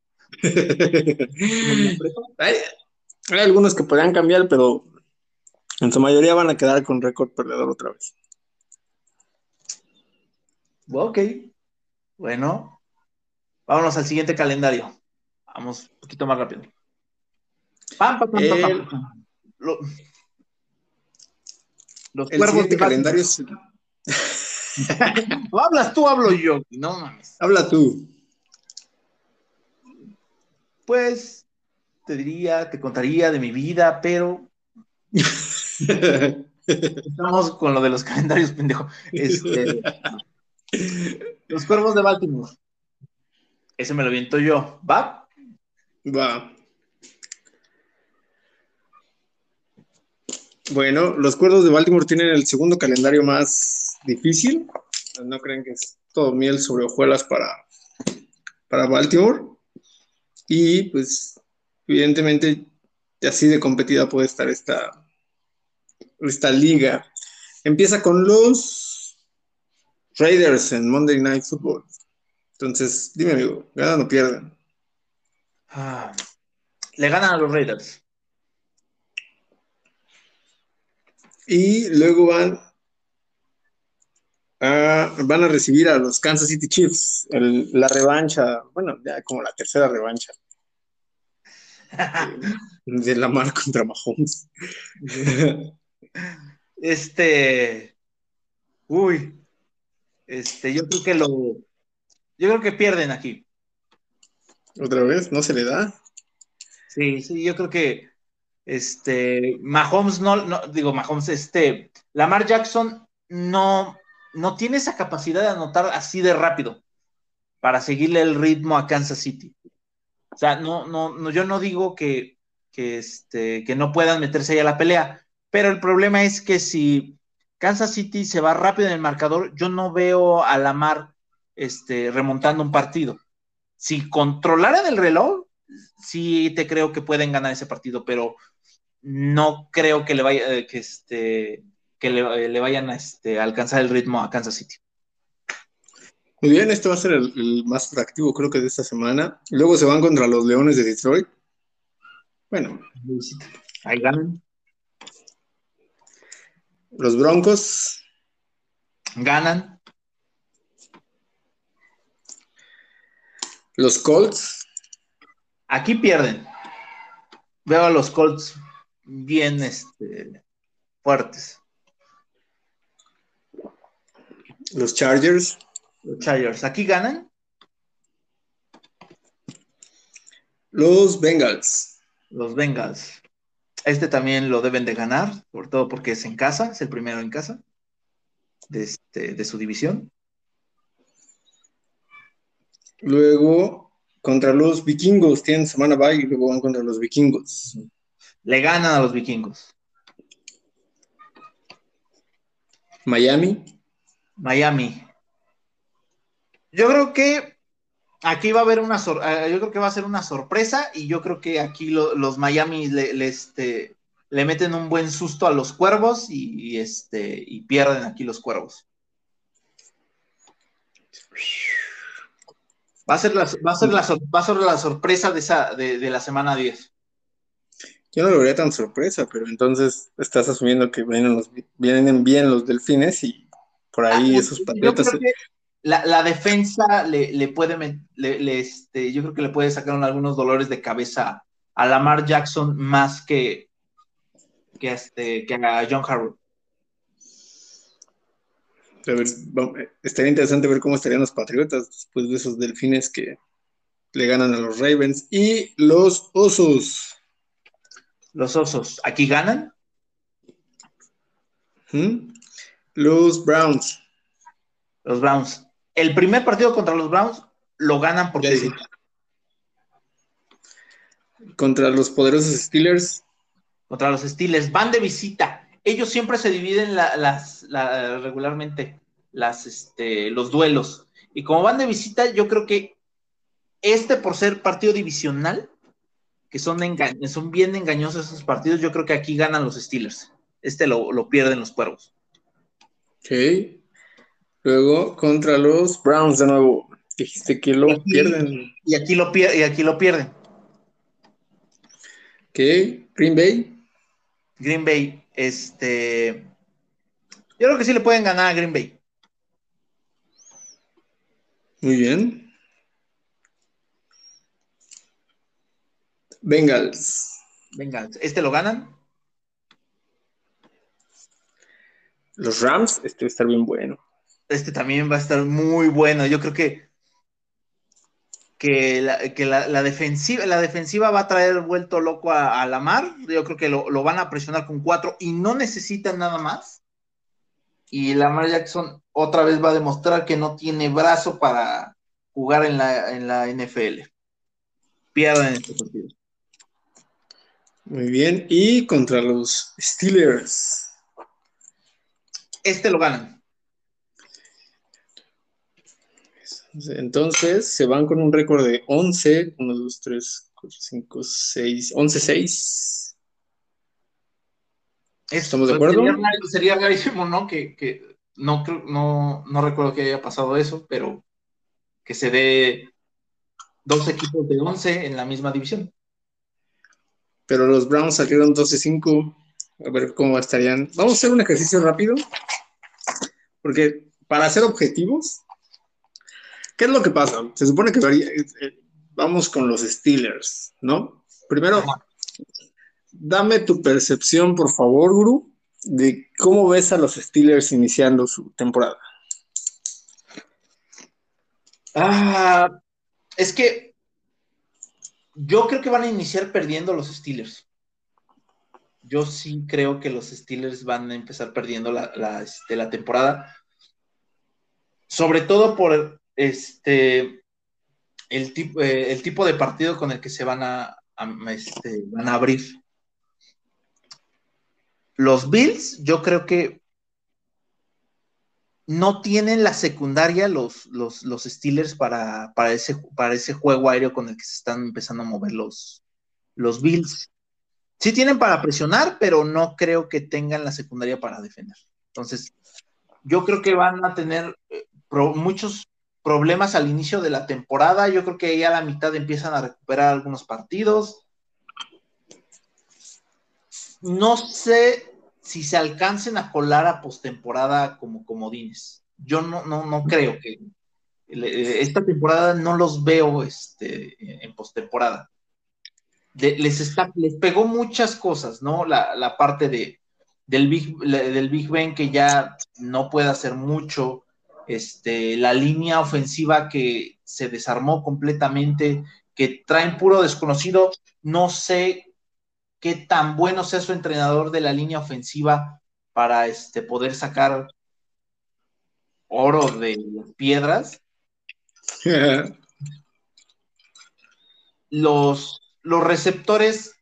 hay, hay algunos que podrían cambiar, pero en su mayoría van a quedar con récord perdedor otra vez. Ok, bueno, vámonos al siguiente calendario. Vamos un poquito más rápido. Pam, pam, pam, pam, pam, El, pam. Lo- los el cuervos de siguiente Baltimore. calendario es... ¿O hablas tú, hablo yo? No mames. Habla tú. Pues te diría, te contaría de mi vida, pero estamos con lo de los calendarios, pendejo. Este, los cuervos de Baltimore. Ese me lo viento yo. ¿Va? Va. Bueno, los Cuervos de Baltimore tienen el segundo calendario más difícil. No creen que es todo miel sobre hojuelas para, para Baltimore. Y pues, evidentemente, así de competida puede estar esta, esta liga. Empieza con los Raiders en Monday Night Football. Entonces, dime, amigo, ¿ganan o pierden? Ah, le ganan a los Raiders. Y luego van a, van a recibir a los Kansas City Chiefs, el- la revancha, bueno, ya como la tercera revancha de, de Lamar contra Mahomes. Este, uy, este, yo creo que lo, yo creo que pierden aquí. Otra vez, no se le da. Sí, sí, yo creo que, este, Mahomes no, no, digo, Mahomes, este, Lamar Jackson no, no tiene esa capacidad de anotar así de rápido para seguirle el ritmo a Kansas City. O sea, no, no, no, yo no digo que, que, este, que no puedan meterse ahí a la pelea, pero el problema es que si Kansas City se va rápido en el marcador, yo no veo a Lamar este, remontando un partido. Si controlaran el reloj, sí te creo que pueden ganar ese partido, pero no creo que le vaya, eh, que este, que le, le vayan a este, alcanzar el ritmo a Kansas City. Muy bien, este va a ser el, el más atractivo, creo que de esta semana. Luego se van contra los Leones de Detroit. Bueno, Ahí ganan. los Broncos, Ganan. los Colts, Aquí pierden. Veo a los Colts bien este, fuertes. los Chargers, Los Chargers. Aquí ganan los Bengals. los Bengals. Este también lo deben de ganar, sobre todo porque es en casa, es el primero en casa de, este, de su división. Luego contra los Vikingos, tienen semana bye y luego van contra los Vikingos. Le ganan a los vikingos. Miami, Miami. Yo creo que aquí va a haber una sor eh, yo creo que va a ser una sorpresa y yo creo que aquí lo, los Miami le, le, este, le meten un buen susto a los cuervos y, y, este, y pierden aquí los cuervos. Va a ser la, va a ser la, va a ser la sorpresa de, esa, de, de la semana diez. yo no lo vería tan sorpresa, pero entonces estás asumiendo que vienen, los, vienen bien los Delfines y por Ah, ahí esos yo Patriotas. creo que la, la defensa le, le puede, le, le, este, yo creo que le puede sacar algunos dolores de cabeza a Lamar Jackson más que, que, este, que a John Harbaugh. A ver, estaría interesante ver cómo estarían los Patriotas después de esos Delfines que le ganan a los Ravens y los Osos. Los Osos, aquí ganan ¿Mm? Los Browns. los Browns. El primer partido contra los Browns lo ganan Ya porque dije. sí. Contra los poderosos Steelers. Contra los Steelers. Van de visita. Ellos siempre se dividen la, las, la, regularmente las, este, los duelos. Y como van de visita, yo creo que este, por ser partido divisional, que son, son bien engañosos esos partidos, yo creo que aquí ganan los Steelers. Este lo, lo pierden los Cuervos. Ok. Luego contra los Browns de nuevo. Dijiste que Y lo aquí, pierden. y aquí, lo, y aquí lo pierden. Ok. Green Bay. Green Bay, este. Yo creo que sí le pueden ganar a Green Bay. Muy bien. Bengals. Venga, ¿este lo ganan? Los Rams, este va a estar bien bueno. Este también va a estar muy bueno. Yo creo que, que, la, que la, la defensiva, la defensiva va a traer vuelto loco a, a Lamar. Yo creo que lo, lo van a presionar con cuatro y no necesitan nada más. Y Lamar Jackson otra vez va a demostrar que no tiene brazo para jugar en la, en la N F L. Pierden este partido. Muy bien. Y contra los Steelers. Este lo ganan. Entonces se van con un récord de once, uno, dos, tres, cuatro, cinco, seis, once, seis. Es, ¿Estamos de pues, acuerdo? sería, sería rarísimo, ¿no? Que, que no, no, no recuerdo que haya pasado eso, pero que se dé dos equipos de once en la misma división. Pero los Browns salieron doce cinco. A ver cómo estarían. Vamos a hacer un ejercicio rápido. Porque para ser objetivos, ¿qué es lo que pasa? Se supone que varía, eh, vamos con los Steelers, ¿no? Primero, Ajá. dame tu percepción, por favor, Guru, de cómo ves a los Steelers iniciando su temporada. Ah, es que yo creo que van a iniciar perdiendo los Steelers. Yo sí creo que los Steelers van a empezar perdiendo la, la, este, la temporada. Sobre todo por este el tipo, eh, el tipo de partido con el que se van a, a este, van a abrir. Los Bills, yo creo que no tienen la secundaria los, los, los Steelers para, para, ese, para ese juego aéreo con el que se están empezando a mover los, los Bills. Sí tienen para presionar, pero no creo que tengan la secundaria para defender. Entonces, yo creo que van a tener eh, pro, muchos problemas al inicio de la temporada. Yo creo que ya a la mitad empiezan a recuperar algunos partidos. No sé si se alcancen a colar a postemporada como comodines. Yo no, no, no creo que esta temporada no los veo este, en postemporada. De, les, está, les pegó muchas cosas, ¿no? La, la parte de, del, Big, del Big Ben que ya no puede hacer mucho, este, la línea ofensiva que se desarmó completamente, que traen puro desconocido. No sé qué tan bueno sea su entrenador de la línea ofensiva para este, poder sacar oro de las piedras. Los, los receptores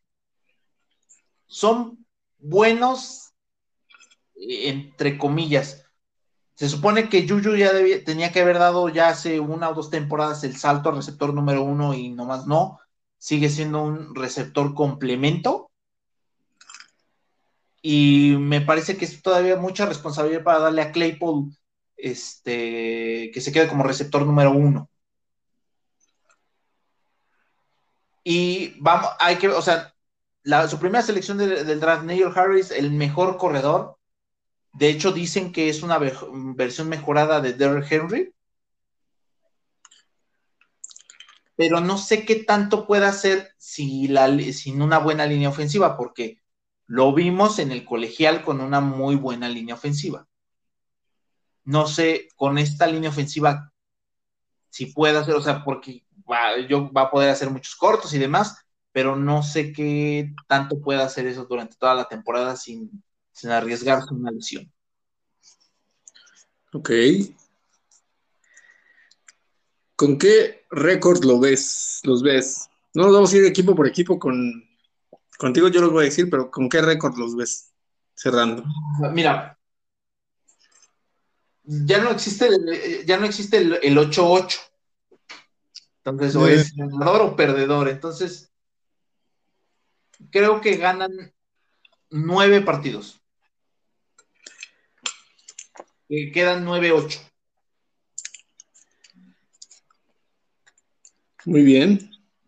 son buenos, entre comillas. Se supone que Juju ya debía, tenía que haber dado ya hace una o dos temporadas el salto al receptor número uno y nomás no. Sigue siendo un receptor complemento. Y me parece que es todavía mucha responsabilidad para darle a Claypool este, que se quede como receptor número uno. Y vamos, hay que, o sea, la, su primera selección de, del draft, Neil Harris, el mejor corredor. De hecho, dicen que es una ve- versión mejorada de Derrick Henry. Pero no sé qué tanto puede hacer si la, sin una buena línea ofensiva, porque lo vimos en el colegial con una muy buena línea ofensiva. No sé con esta línea ofensiva si puede hacer, o sea, porque va, yo va a poder hacer muchos cortos y demás, pero no sé qué tanto puede hacer eso durante toda la temporada sin, sin arriesgarse una lesión. Ok. ¿Con qué récord lo ves? ¿Los ves? No nos vamos a ir equipo por equipo con contigo, yo los voy a decir, pero ¿con qué récord los ves cerrando? Mira, ya no existe el, ya no existe el, el ocho ocho. Entonces, o Eh, es ganador o perdedor. Entonces, creo que ganan nueve partidos. Que quedan nueve ocho. Muy bien.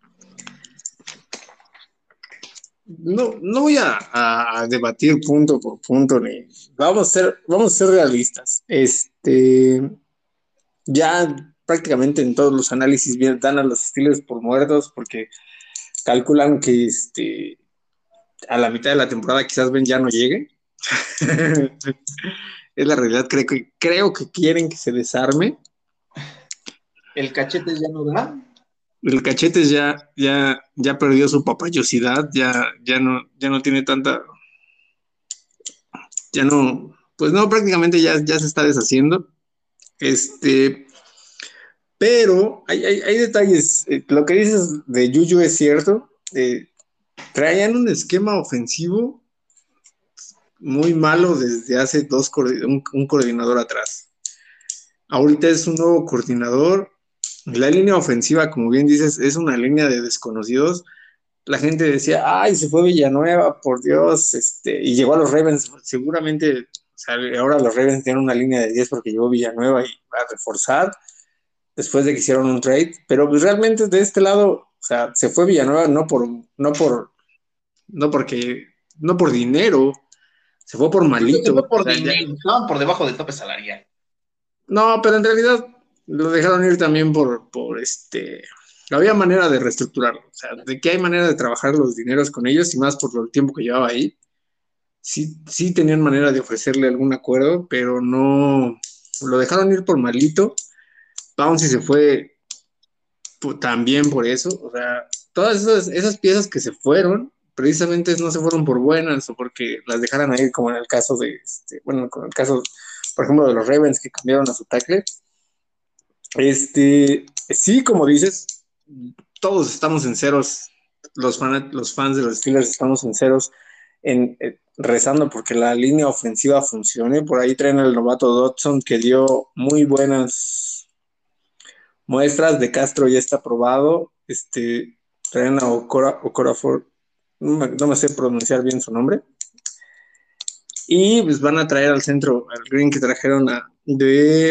No, no voy a, a debatir punto por punto, ni vamos a ser, vamos a ser realistas. Este, ya prácticamente en todos los análisis bien, dan a los Steelers por muertos porque calculan que este, a la mitad de la temporada quizás Ben ya no llegue. Es la realidad, creo que, creo que quieren que se desarme. ¿El Cachetes ya no da? El Cachetes ya, ya, ya perdió su papayosidad, ya, ya, no, ya no tiene tanta, ya no, pues no, prácticamente ya, ya se está deshaciendo. Este, pero hay, hay, hay detalles. Eh, lo que dices de Juju es cierto. Eh, traían un esquema ofensivo muy malo desde hace dos, un, un coordinador atrás. Ahorita es un nuevo coordinador. La línea ofensiva, como bien dices, es una línea de desconocidos. La gente decía, ay, se fue Villanueva, por Dios, este, y llegó a los Ravens. Seguramente, o sea, ahora los Ravens tienen una línea de diez porque llegó Villanueva y va a reforzar después de que hicieron un trade. Pero pues realmente de este lado, o sea, se fue Villanueva no por, no por, no porque, no por dinero, se fue por Yo creo que malito. fue O por sea, ya, dinero, estaban por debajo del tope salarial. no, pero en realidad lo dejaron ir también por, por este. Había manera de reestructurarlo, o sea, de que hay manera de trabajar los dineros con ellos y más por el tiempo que llevaba ahí. Sí, sí tenían manera de ofrecerle algún acuerdo, pero no lo dejaron ir por malito. Bouncy se fue pues, también por eso, o sea, todas esas, esas piezas que se fueron, precisamente no se fueron por buenas o porque las dejaran ahí, como en el caso de, este, bueno, con el caso, por ejemplo, de los Ravens que cambiaron a su tackle. Este, sí, como dices, todos estamos en ceros, los, fan, los fans de los Steelers estamos en ceros, en, eh, rezando porque la línea ofensiva funcione. Por ahí traen al novato Dodson que dio muy buenas muestras. De Castro ya está probado. Este, traen a Okora, Okorafor, no me, no me sé pronunciar bien su nombre. Y pues van a traer al centro al Green que trajeron a, de,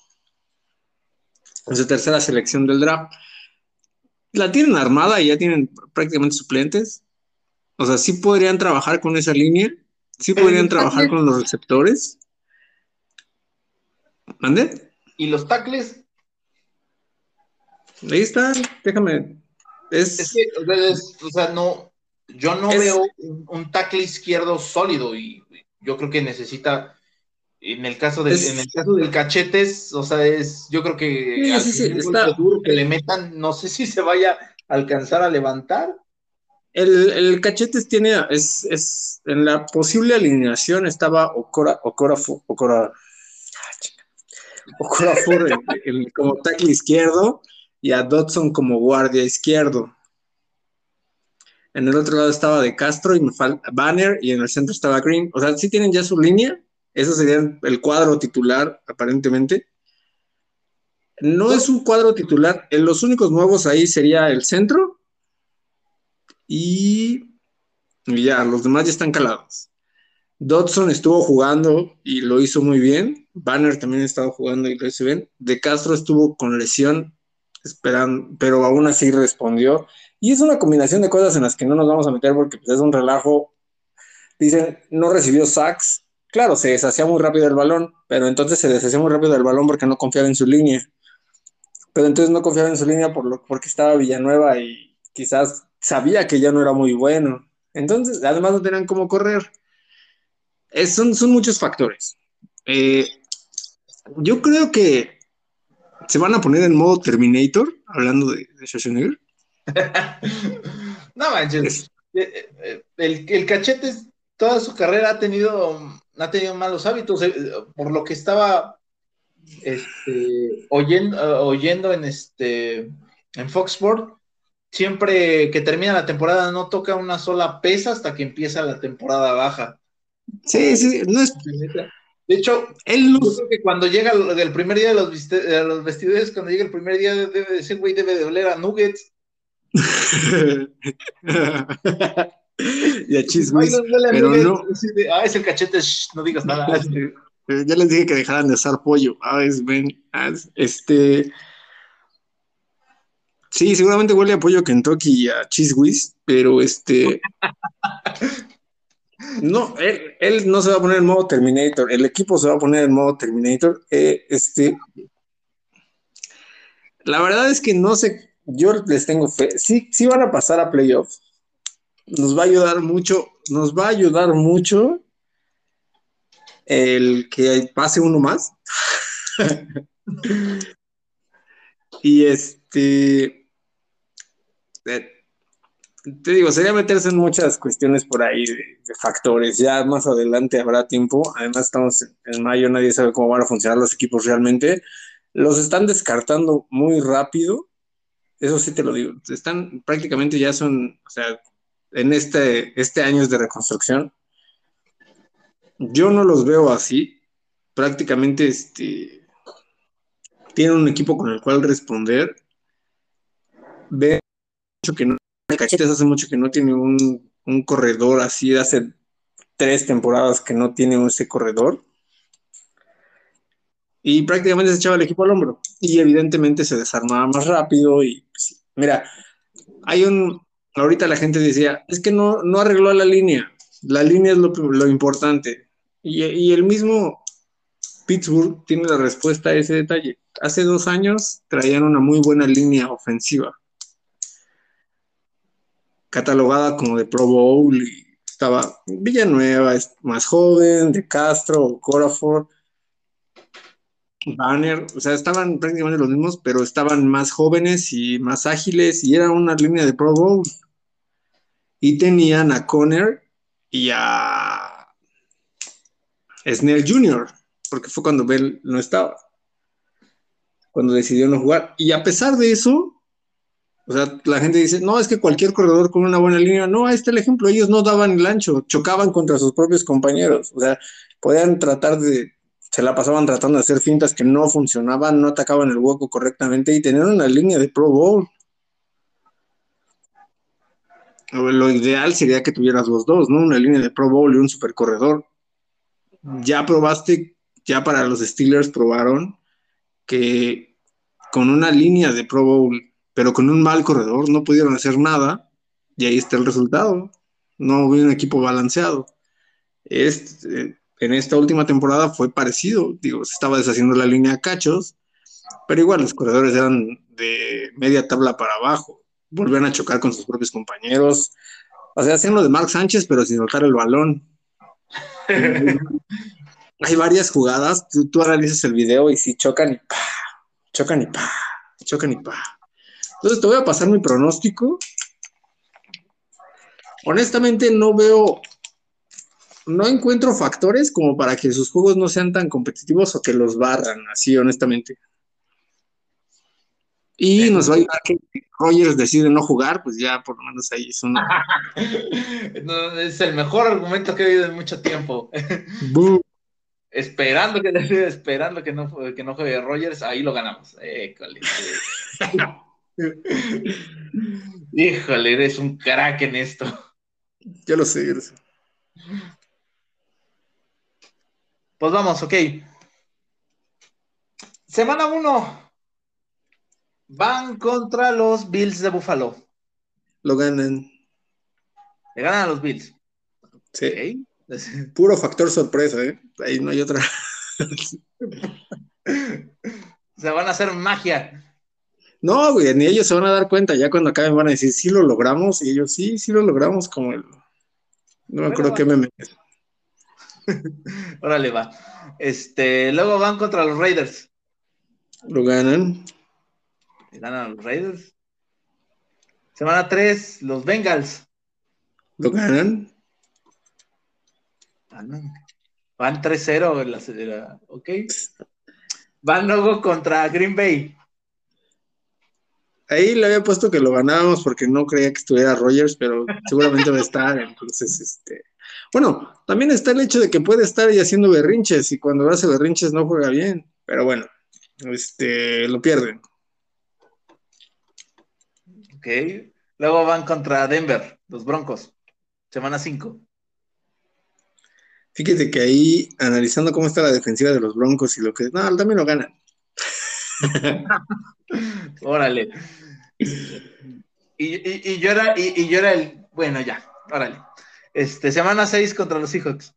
de su tercera selección del draft. La tienen armada y ya tienen prácticamente suplentes. O sea, sí podrían trabajar con esa línea, sí Pero ¿y podrían los trabajar tackles? con los receptores. ¿Mande? ¿Y los tackles? Ahí está, déjame. Es que, Es, o sea, es- o sea, no, yo no es, veo un, un tackle izquierdo sólido y yo creo que necesita, en el caso del, en el es, caso del Cachetes, o sea, es, yo creo que sí, al sí, sí, primer golpe está. duro que le metan, no sé si se vaya a alcanzar a levantar. El, el Cachetes tiene, es, es, en la posible alineación estaba Okora, Okora, Okora, Okorafor el, el, como tackle izquierdo y a Dodson como guardia izquierdo. En el otro lado estaba De Castro y me falta Banner y en el centro estaba Green. O sea, sí tienen ya su línea. Eso sería el cuadro titular, aparentemente. No es un cuadro titular. En los únicos nuevos ahí sería el centro y, y ya, los demás ya están calados. Dodson estuvo jugando y lo hizo muy bien. Banner también estaba jugando y lo hizo bien. De Castro estuvo con lesión, esperando, pero aún así respondió. Y es una combinación de cosas en las que no nos vamos a meter porque pues, es un relajo. Dicen, no recibió sacks. Claro, se deshacía muy rápido el balón, pero entonces se deshacía muy rápido el balón porque no confiaba en su línea. Pero entonces no confiaba en su línea por lo, porque estaba Villanueva y quizás sabía que ya no era muy bueno. Entonces, además no tenían cómo correr. Es, son, son muchos factores. Eh, yo creo que se van a poner en modo Terminator, hablando de, de Schwarzenegger. No Es, manches. Eh, eh, El, el Cachetes toda su carrera ha tenido, ha tenido malos hábitos, eh, por lo que estaba este, oyendo, eh, oyendo en este en Fox Sports, siempre que termina la temporada no toca una sola pesa hasta que empieza la temporada baja. sí, sí, no es. De hecho, Él yo los. creo que cuando llega el, el primer día de los, viste- de los vestidores, cuando llega el primer día, debe de ese güey debe de oler a Nuggets. Y a Cheese Ay, no Whiz, huele a pero Nuggets. no. Ah, es el Cachete, shh, no digas nada. Ya les dije que dejaran de asar pollo. Ah, es, ven, ah, este. Sí, seguramente huele a pollo Kentucky y a Cheese Whiz, pero este. No, él, él no se va a poner en modo Terminator. El equipo se va a poner en modo Terminator. Eh, este. La verdad es que no sé, yo les tengo fe. Sí, sí van a pasar a playoffs. Nos va a ayudar mucho, nos va a ayudar mucho el que pase uno más. Y este, eh, te digo, sería meterse en muchas cuestiones por ahí de, de factores. Ya más adelante habrá tiempo. Además, estamos en mayo, nadie sabe cómo van a funcionar los equipos realmente. Los están descartando muy rápido. Eso sí te lo digo. Están prácticamente ya son, o sea, en este, este año es de reconstrucción. Yo no los veo así. Prácticamente este, tienen un equipo con el cual responder. Ve mucho que no, Cachetes hace mucho que no tiene un, un corredor así, hace tres temporadas que no tiene ese corredor. Y prácticamente se echaba el equipo al hombro. Y evidentemente se desarmaba más rápido. Y pues, mira, hay un. Ahorita la gente decía, es que no, no arregló la línea. La línea es lo, lo importante. Y, y el mismo Pittsburgh tiene la respuesta a ese detalle. Hace dos años traían una muy buena línea ofensiva, catalogada como de Pro Bowl, y estaba Villanueva, es más joven, De Castro, Corafor, Banner, o sea, estaban prácticamente los mismos, pero estaban más jóvenes y más ágiles, y era una línea de Pro Bowl. Y tenían a Conner y a Snell junior, porque fue cuando Bell no estaba, cuando decidió no jugar. Y a pesar de eso, o sea, la gente dice, no, es que cualquier corredor con una buena línea, no, ahí está el ejemplo, ellos no daban el ancho, chocaban contra sus propios compañeros, o sea, podían tratar de, se la pasaban tratando de hacer fintas que no funcionaban, no atacaban el hueco correctamente y tenían una línea de Pro Bowl. Lo ideal sería que tuvieras los dos, ¿no? Una línea de Pro Bowl y un super corredor. Ya probaste, ya para los Steelers probaron que con una línea de Pro Bowl, pero con un mal corredor, no pudieron hacer nada, y ahí está el resultado. No hubo un equipo balanceado. Este, en esta última temporada fue parecido, digo, se estaba deshaciendo la línea a cachos, pero igual los corredores eran de media tabla para abajo, volvían a chocar con sus propios compañeros, o sea, hacían lo de Mark Sánchez, pero sin soltar el balón. Y hay, hay varias jugadas, tú, tú analizas el video y sí chocan y pa, chocan y pa, chocan y pa. Entonces te voy a pasar mi pronóstico. Honestamente no veo, no encuentro factores como para que sus juegos no sean tan competitivos o que los barran, así honestamente. Y nos va a ayudar que Rogers decide no jugar, pues ya por lo menos ahí es una. No, es el mejor argumento que he oído en mucho tiempo. Boom. Esperando que esperando que no, que no juegue Rogers, ahí lo ganamos. École. Híjole, eres un crack en esto. Yo lo sé, yo lo sé. Pues vamos, ok. Semana uno. Van contra los Bills de Buffalo. Lo ganan. Le ganan a los Bills. Sí. Okay. Puro factor sorpresa, ¿eh? Ahí no hay otra. Se van a hacer magia. No, güey, ni ellos se van a dar cuenta. Ya cuando acaben van a decir, sí lo logramos. Y ellos, sí, sí lo logramos. Como el. No me acuerdo qué meme. Órale, va. Este, luego van contra los Raiders. Lo ganan. Le ganan a los Raiders. Semana tres, los Bengals. Lo ganan. Ganan. Van tres cero en la, en la, ok. Van luego contra Green Bay. Ahí le había puesto que lo ganábamos porque no creía que estuviera Rogers, pero seguramente va a estar. Entonces, este. Bueno, también está el hecho de que puede estar ahí haciendo berrinches y cuando hace berrinches no juega bien. Pero bueno, este, lo pierden. Ok. Luego van contra Denver, los Broncos. Semana cinco. Fíjate que ahí, analizando cómo está la defensiva de los Broncos y lo que. No, también lo ganan. Órale. Y, y, y, yo era, y, y yo era el. Bueno, ya, órale. Este, semana seis contra los Seahawks.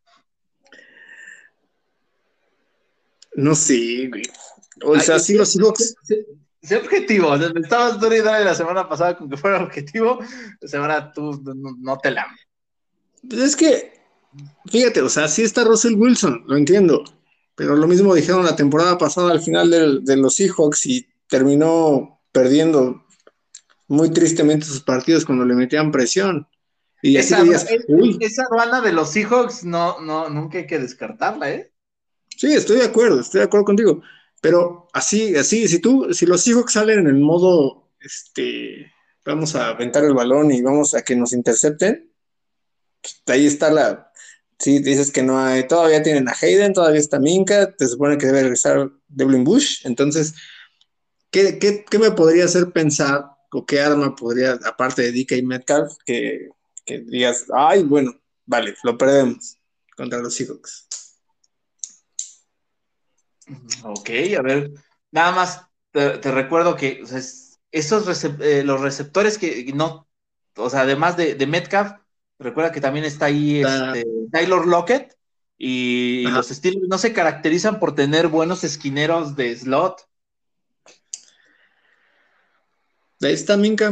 No sé, güey. O Ay, sea, sí, los Seahawks. sé objetivo. Me estabas duro y dale la semana pasada con que fuera objetivo. La semana tú no, no te la. Pues es que, fíjate, o sea, sí está Russell Wilson, lo entiendo, pero lo mismo dijeron la temporada pasada al final del- de los Seahawks y terminó perdiendo muy tristemente sus partidos cuando le metían presión. Y así Esa, dirías, uy, esa aduana de los Seahawks no, no, nunca hay que descartarla, ¿eh? sí, estoy de acuerdo, estoy de acuerdo contigo. Pero así, así, si tú, si los Seahawks salen en el modo, este, vamos a aventar el balón y vamos a que nos intercepten, ahí está la, sí, dices que no hay, todavía tienen a Hayden, todavía está Minka, te supone que debe regresar Devlin Bush, entonces, ¿qué, qué, qué me podría hacer pensar o qué arma podría, aparte de D K Metcalf, que, que digas, ay, bueno, vale, lo perdemos contra los Seahawks? Ok, a ver, nada más te, te recuerdo que o sea, es- esos recep- eh, los receptores que no, o sea, además de, de Metcalf, recuerda que también está ahí Está, este Taylor Lockett y ajá, los Steelers no se caracterizan por tener buenos esquineros de slot. ahí está Minka.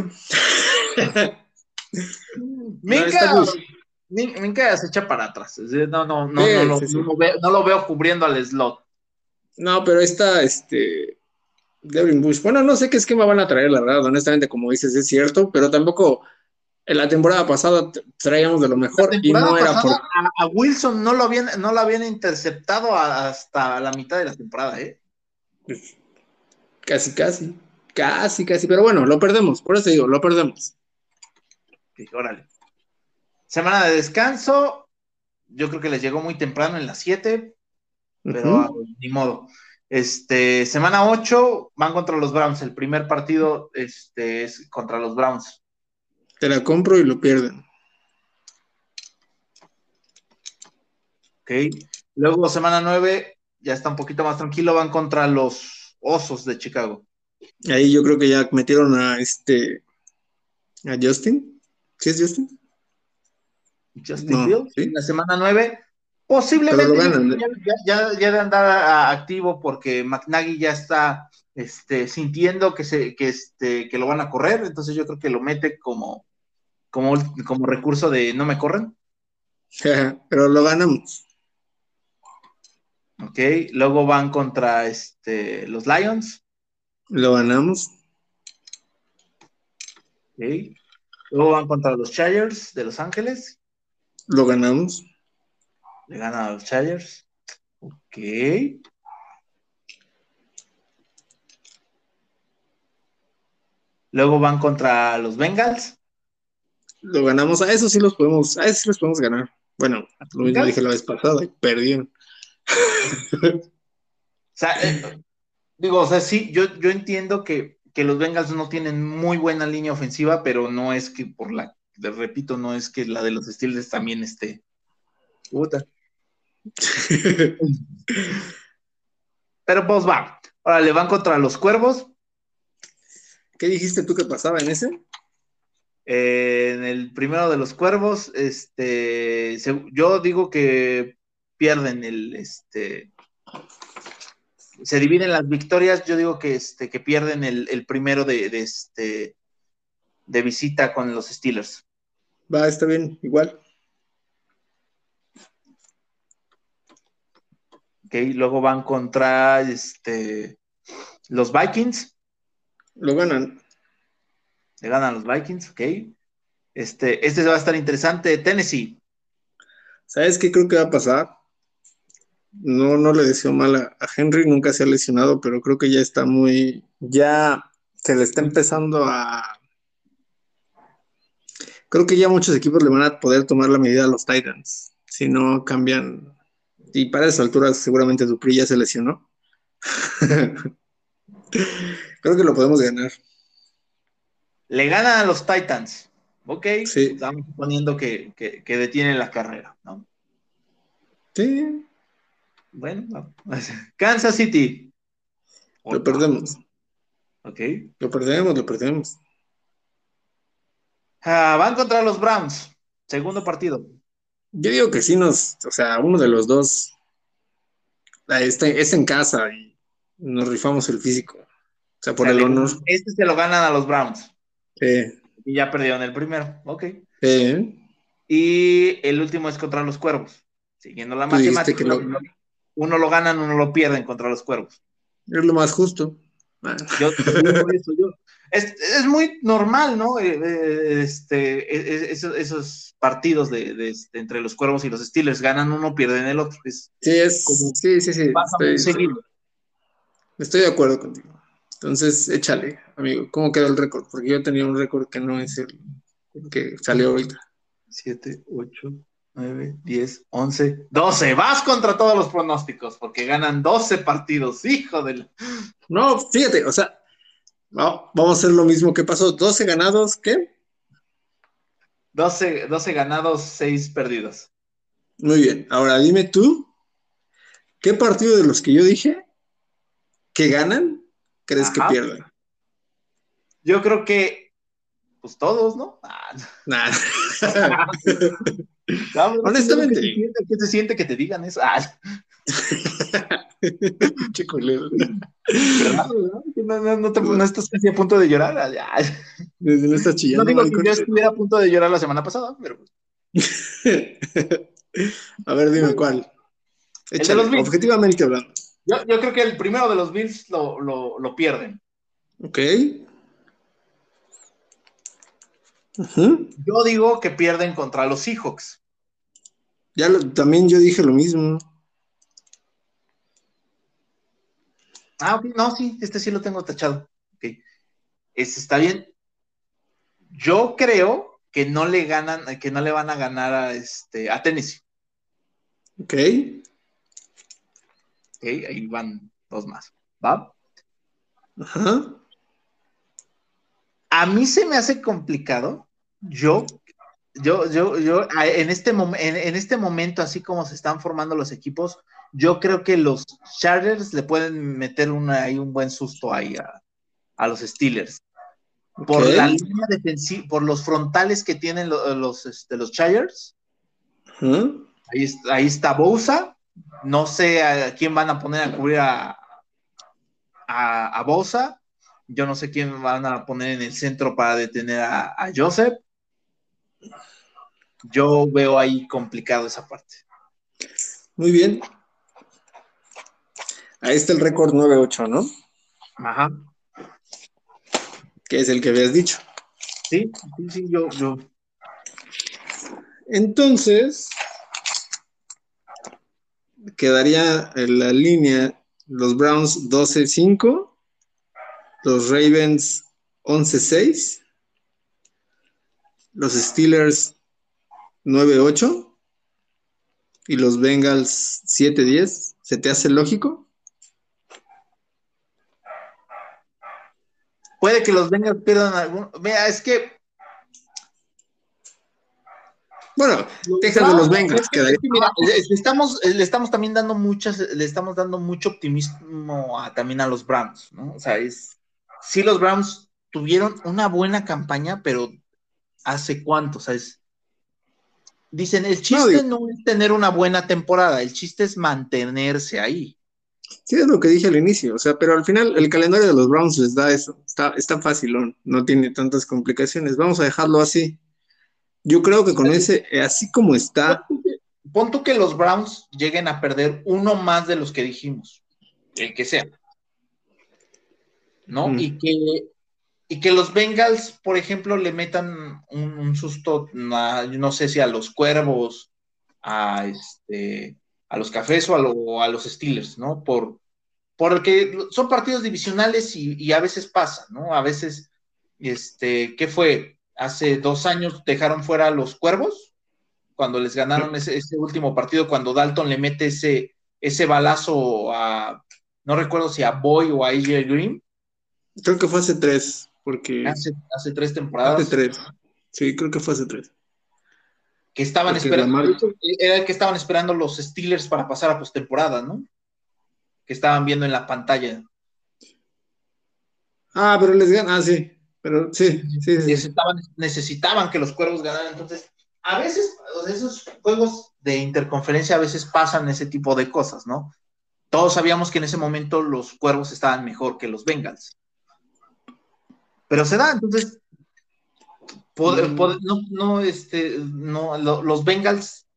No, está Minka, Bush. Min- Minka se echa para atrás. Es decir, no, no, no, no, Sí, lo, sí, no sí. lo veo, no lo veo cubriendo al slot. No, pero ahí está este Devin Bush. Bueno, no sé qué esquema van a traer, la verdad. Honestamente, como dices, es cierto, pero tampoco en la temporada pasada t- traíamos de lo La mejor y temporada no era pasada por a, a Wilson no lo habían, no lo habían interceptado a- hasta la mitad de la temporada, ¿eh? casi, casi, casi, casi. Pero bueno, lo perdemos. Por eso digo, lo perdemos. Sí, órale. Semana de descanso, yo creo que les llegó muy temprano en las siete, pero ah, Ujú. ni modo. Este, semana ocho van contra los Browns. El primer partido este, es contra los Browns. Te la compro y lo pierden. ¿Ok? Luego, semana nueve, ya está un poquito más tranquilo, van contra los Osos de Chicago. Ahí yo creo que ya metieron a este, a Justin. ¿Sí es Justin? Justin No, Fields en sí. la semana nueve. Pero lo Posiblemente yo creo ganan. que ya, ya, ya, ya de andar a, a activo porque McNaghy ya está este, sintiendo que, se, que, este, que lo van a correr, entonces yo creo que lo mete como, como, como recurso de no me corren. Pero lo ganamos. Ok, luego van contra este, los Lions. Lo ganamos. Ok, luego van contra los Chargers de Los Ángeles. Lo ganamos. Le ganan a los Chargers. Ok. Luego van contra los Bengals. Lo ganamos. A eso sí los podemos, a eso sí los podemos ganar. Bueno, lo mismo dije Bengals. la vez pasada y perdieron. O sea, eh, digo, o sea, sí, yo, yo entiendo que, que los Bengals no tienen muy buena línea ofensiva, pero no es que por la, te repito, no es que la de los Steelers también esté. Puta. Pero pues va. Ahora le van contra los Cuervos. ¿Qué dijiste tú que pasaba en ese? Eh, en el primero de los Cuervos, este, se- yo digo que pierden el, este, se dividen las victorias. Yo digo que, este, que pierden el, el primero de, de, este, de visita con los Steelers. Va, está bien, igual. Ok, luego van contra este, los Vikings, Lo ganan. le ganan los Vikings, ok. Este, este va a estar interesante, Tennessee. ¿Sabes qué creo que va a pasar? No, no le deseo mal a, a Henry, nunca se ha lesionado, pero creo que ya está muy, ya se le está empezando a, creo que ya muchos equipos le van a poder tomar la medida a los Titans, si no cambian, y para esa altura seguramente Dupri ya se lesionó. Creo que lo podemos ganar. Le ganan a los Titans, ok. Sí, Estamos suponiendo que, que, que detienen la carrera, ¿no? sí, Bueno, no. Kansas City, lo otra, perdemos. ok. Lo perdemos, lo perdemos. Ah, van contra los Browns, segundo partido. Yo digo que sí nos, o sea, uno de los dos ah, este, es en casa y nos rifamos el físico. sea, O por sea, el le- honor. este se lo ganan a los Browns. Eh, Y ya perdieron el primero. Ok. eh, Y el último es contra los Cuervos. Siguiendo la Tú dijiste matemática, que lo, uno lo ganan, uno lo pierden contra los Cuervos. es lo más justo. Ah. Yo digo eso, yo. Es, es muy normal, ¿no? Eh, eh, Este, e- e- esos, esos partidos de, de, este, entre los Cuervos y los Steelers ganan uno, pierden el otro. Es Sí, es, como sí, sí, sí, pasa muy estoy, estoy, seguido. estoy de acuerdo contigo. Entonces, échale, amigo, ¿cómo quedó el récord? Porque yo tenía un récord que no es el que salió ahorita. siete, ocho, nueve, diez, once, doce. Vas contra todos los pronósticos porque ganan doce partidos. Hijo de la... No, fíjate, o sea, no, vamos a hacer lo mismo que pasó. doce ganados, ¿qué? doce, doce ganados, seis perdidos. Muy bien. Ahora dime tú, ¿qué partido de los que yo dije que ganan crees que Ajá. pierden? Yo creo que, pues todos, ¿no? Ah, Nada. no, pero es que luego, ¿qué se Honestamente. siente? ¿Qué se siente que te digan eso? Ah, Pinche culero. ¿verdad? ¿verdad? No, no, no, te- no estás casi a punto de llorar. Ah, Desde no estás no chillando, digo que maricón. yo estuviera a punto de llorar la semana pasada, pero A ver, dime cuál. el de los Échale, Bills. objetivamente hablando. Yo, yo creo que el primero de los Bills lo, lo, lo pierden. Ok. Ujú. Yo digo que pierden contra los Seahawks. Ya lo- también yo dije lo mismo. Ah, ok, no, sí, este sí lo tengo tachado. Ok, este está bien. Yo creo que no le ganan, que no le van a ganar a, este, a Tennessee. Ok. Ok, ahí van dos más. ¿Va? Ajá. A mí se me hace complicado. Yo, yo, yo, yo, a- en este, mom- en, en este momento, así como se están formando los equipos, yo creo que los Chargers le pueden meter una, ahí un buen susto ahí a, a los Steelers. Ok. Por la línea defensiva, por los frontales que tienen lo- los, este, los Chargers. Ajá. Ahí, es- ahí está Bosa. No sé a quién van a poner a cubrir a, a, a Bosa. Yo no sé quién van a poner en el centro para detener a, a Joseph. Yo veo ahí complicado esa parte. Muy bien. Ahí está el récord nueve ocho, ¿no? Ajá. Que es el que habías dicho. Sí, sí, sí, yo, yo. Entonces, quedaría en la línea los Browns doce cinco, los Ravens once seis, los Steelers nueve ocho y los Bengals siete diez. ¿Se te hace lógico? Puede que los Bengals pierdan algún. Mira, es que Bueno, los dejas de los Browns, es Bengals, que, quedaría es que mira, le, le estamos, le estamos también dando muchas, le estamos dando mucho optimismo a, también a los Browns, ¿no? O sea, es, sí, los Browns tuvieron una buena campaña, pero ¿hace cuánto? O sea, es, dicen, el no, digo, chiste no es tener una buena temporada, el chiste es mantenerse ahí. sí es lo que dije al inicio, o sea, pero al final el calendario de los Browns les da eso, está, está fácil, no tiene tantas complicaciones, vamos a dejarlo así. Yo creo que con ese, eh, así como Pon está, tú que, pon tú que los Browns lleguen a perder uno más de los que dijimos, el que sea, ¿no? mm, Y que Y que los Bengals, por ejemplo, le metan un, un susto, a, no sé si a los Cuervos, a, este, a los Cafés o a, lo, a los Steelers, ¿no? Por, porque son partidos divisionales y, y, a veces pasa, ¿no? A veces, este, ¿qué fue? Hace dos años dejaron fuera a los Cuervos, cuando les ganaron ese, ese último partido, cuando Dalton le mete ese, ese balazo a, no recuerdo si a Boy o a A J Green. creo que fue hace tres, porque Hace, hace tres hace temporadas, tres, sí, creo que fue hace tres, que estaban porque esperando, Lamar, era el que estaban esperando los Steelers para pasar a postemporada, ¿no? Que estaban viendo en la pantalla. ah, pero les gana, ah, sí, pero sí, sí, sí, sí. Necesitaban, necesitaban que los Cuervos ganaran, entonces, a veces, o sea, esos juegos de interconferencia a veces pasan ese tipo de cosas, ¿no? Todos sabíamos que en ese momento los Cuervos estaban mejor que los Bengals. pero se da, entonces, pod, Mm. pod, no, no, este, no, lo, los Bengals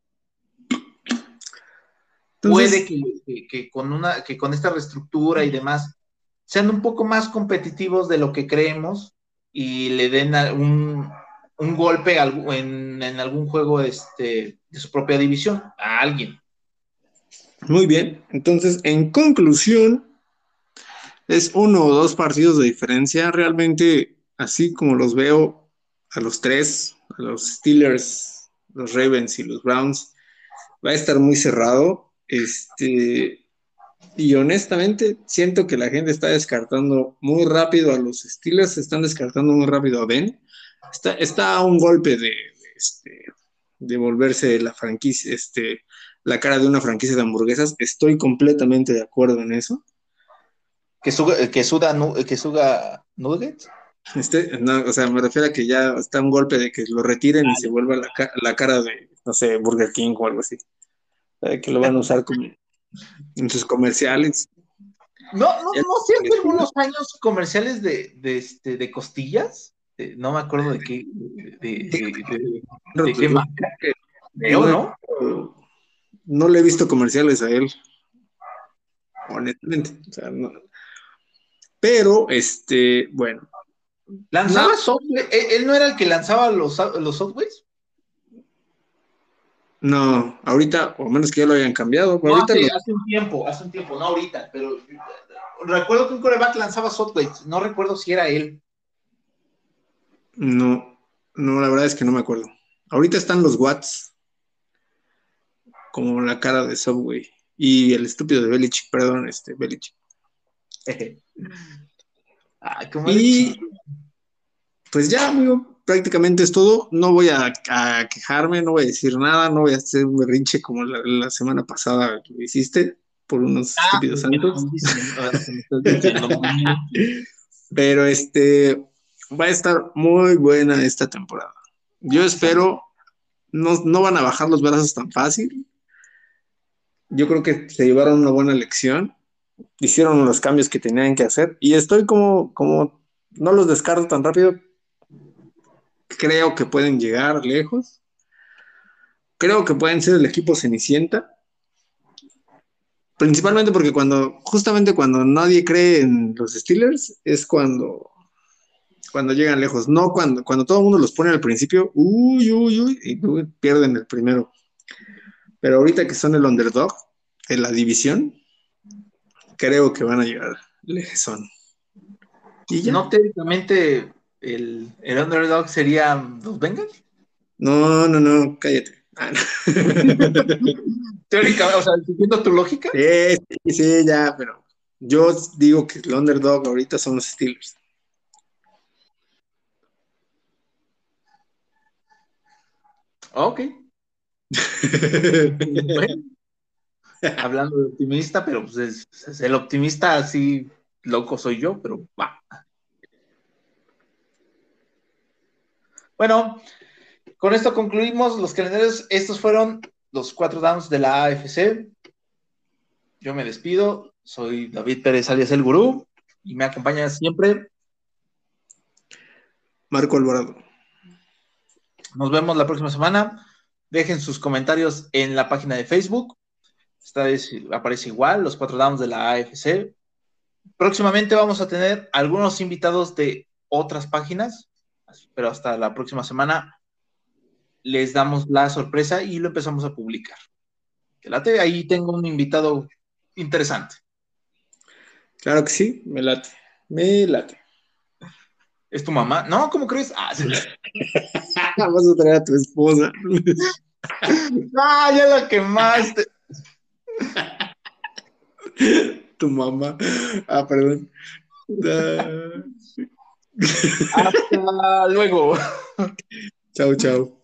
puede Entonces, que, que, que, con una, que con esta reestructura y demás sean un poco más competitivos de lo que creemos y le den un, un golpe en, en, algún juego este, de su propia división a alguien. muy bien. Entonces, en conclusión, es uno o dos partidos de diferencia. Realmente, así como los veo a los tres, a los Steelers, los Ravens y los Browns, va a estar muy cerrado. Este, y honestamente, siento que la gente está descartando muy rápido a los Steelers, están descartando muy rápido a Ben. Está, está a un golpe de, de, este, de volverse la franquicia, este, la cara de una franquicia de hamburguesas. Estoy completamente de acuerdo en eso. Que suga, que suda, que suga Nuggets. Este, no, o sea, me refiero a que ya está un golpe de que lo retiren y se vuelva la, la cara de, no sé, Burger King o algo así. Que lo van a usar como en sus comerciales. No, no, no, sí hace algunos años comerciales de, de, este, de costillas. De, no me acuerdo de qué, de, de, de, de, de qué marca. Veo, ¿no? No le he visto comerciales a él, honestamente. O sea, no. Pero, este, bueno. ¿Lanzaba no. Subway? ¿Él no era el que lanzaba los, los Subways? No, ahorita, o menos que ya lo hayan cambiado. No, ahorita hace, lo... hace un tiempo, hace un tiempo, no ahorita, pero recuerdo que un quarterback lanzaba Subways, no recuerdo si era él. No, no, la verdad es que no me acuerdo. Ahorita están los Watts, como la cara de Subway, y el estúpido de Belichick, perdón, este, Belichick. ah, ¿cómo y pues ya, amigo, prácticamente es todo. No voy a, a, quejarme, no voy a decir nada, no voy a hacer un berrinche como la, la semana pasada lo hiciste por unos ah, estúpidos santos. Pero este va a estar muy buena esta temporada. Yo espero, no, no van a bajar los brazos tan fácil. Yo creo que se llevaron una buena lección, hicieron los cambios que tenían que hacer y estoy como, como no los descarto tan rápido. Creo que pueden llegar lejos. Creo que pueden ser el equipo Cenicienta. Principalmente porque cuando, justamente cuando nadie cree en los Steelers, es cuando, cuando llegan lejos. No cuando, cuando todo el mundo los pone al principio, uy, uy, uy, y uy, pierden el primero. Pero ahorita que son el underdog en la división, creo que van a llegar lejos. ¿Y ya? ¿No teóricamente el, el underdog sería los Bengals? No, no, no, cállate. Ah, no. Teóricamente, o sea, siguiendo tu lógica. Sí, sí, sí, ya, pero yo digo que el underdog ahorita son los Steelers. Ok. Bueno, hablando de optimista, pero pues es, es el optimista así loco soy yo, pero va. Bueno, con esto concluimos los calendarios. Estos fueron los cuatro downs de la A F C. Yo me despido. Soy David Pérez, alias El Gurú, y me acompaña siempre Marco Alvarado. Nos vemos la próxima semana. Dejen sus comentarios en la página de Facebook. Esta vez aparece igual, los cuatro downs de la A F C. Próximamente vamos a tener algunos invitados de otras páginas, pero hasta la próxima semana les damos la sorpresa y lo empezamos a publicar. ¿Te late? Ahí tengo un invitado interesante. Claro que sí, me late, me late. ¿Es tu mamá? No, ¿cómo crees? Ah, sí. Vas a traer a tu esposa. Ah, ya la quemaste. Tu mamá. Ah, perdón. Hasta luego. Chao, chao.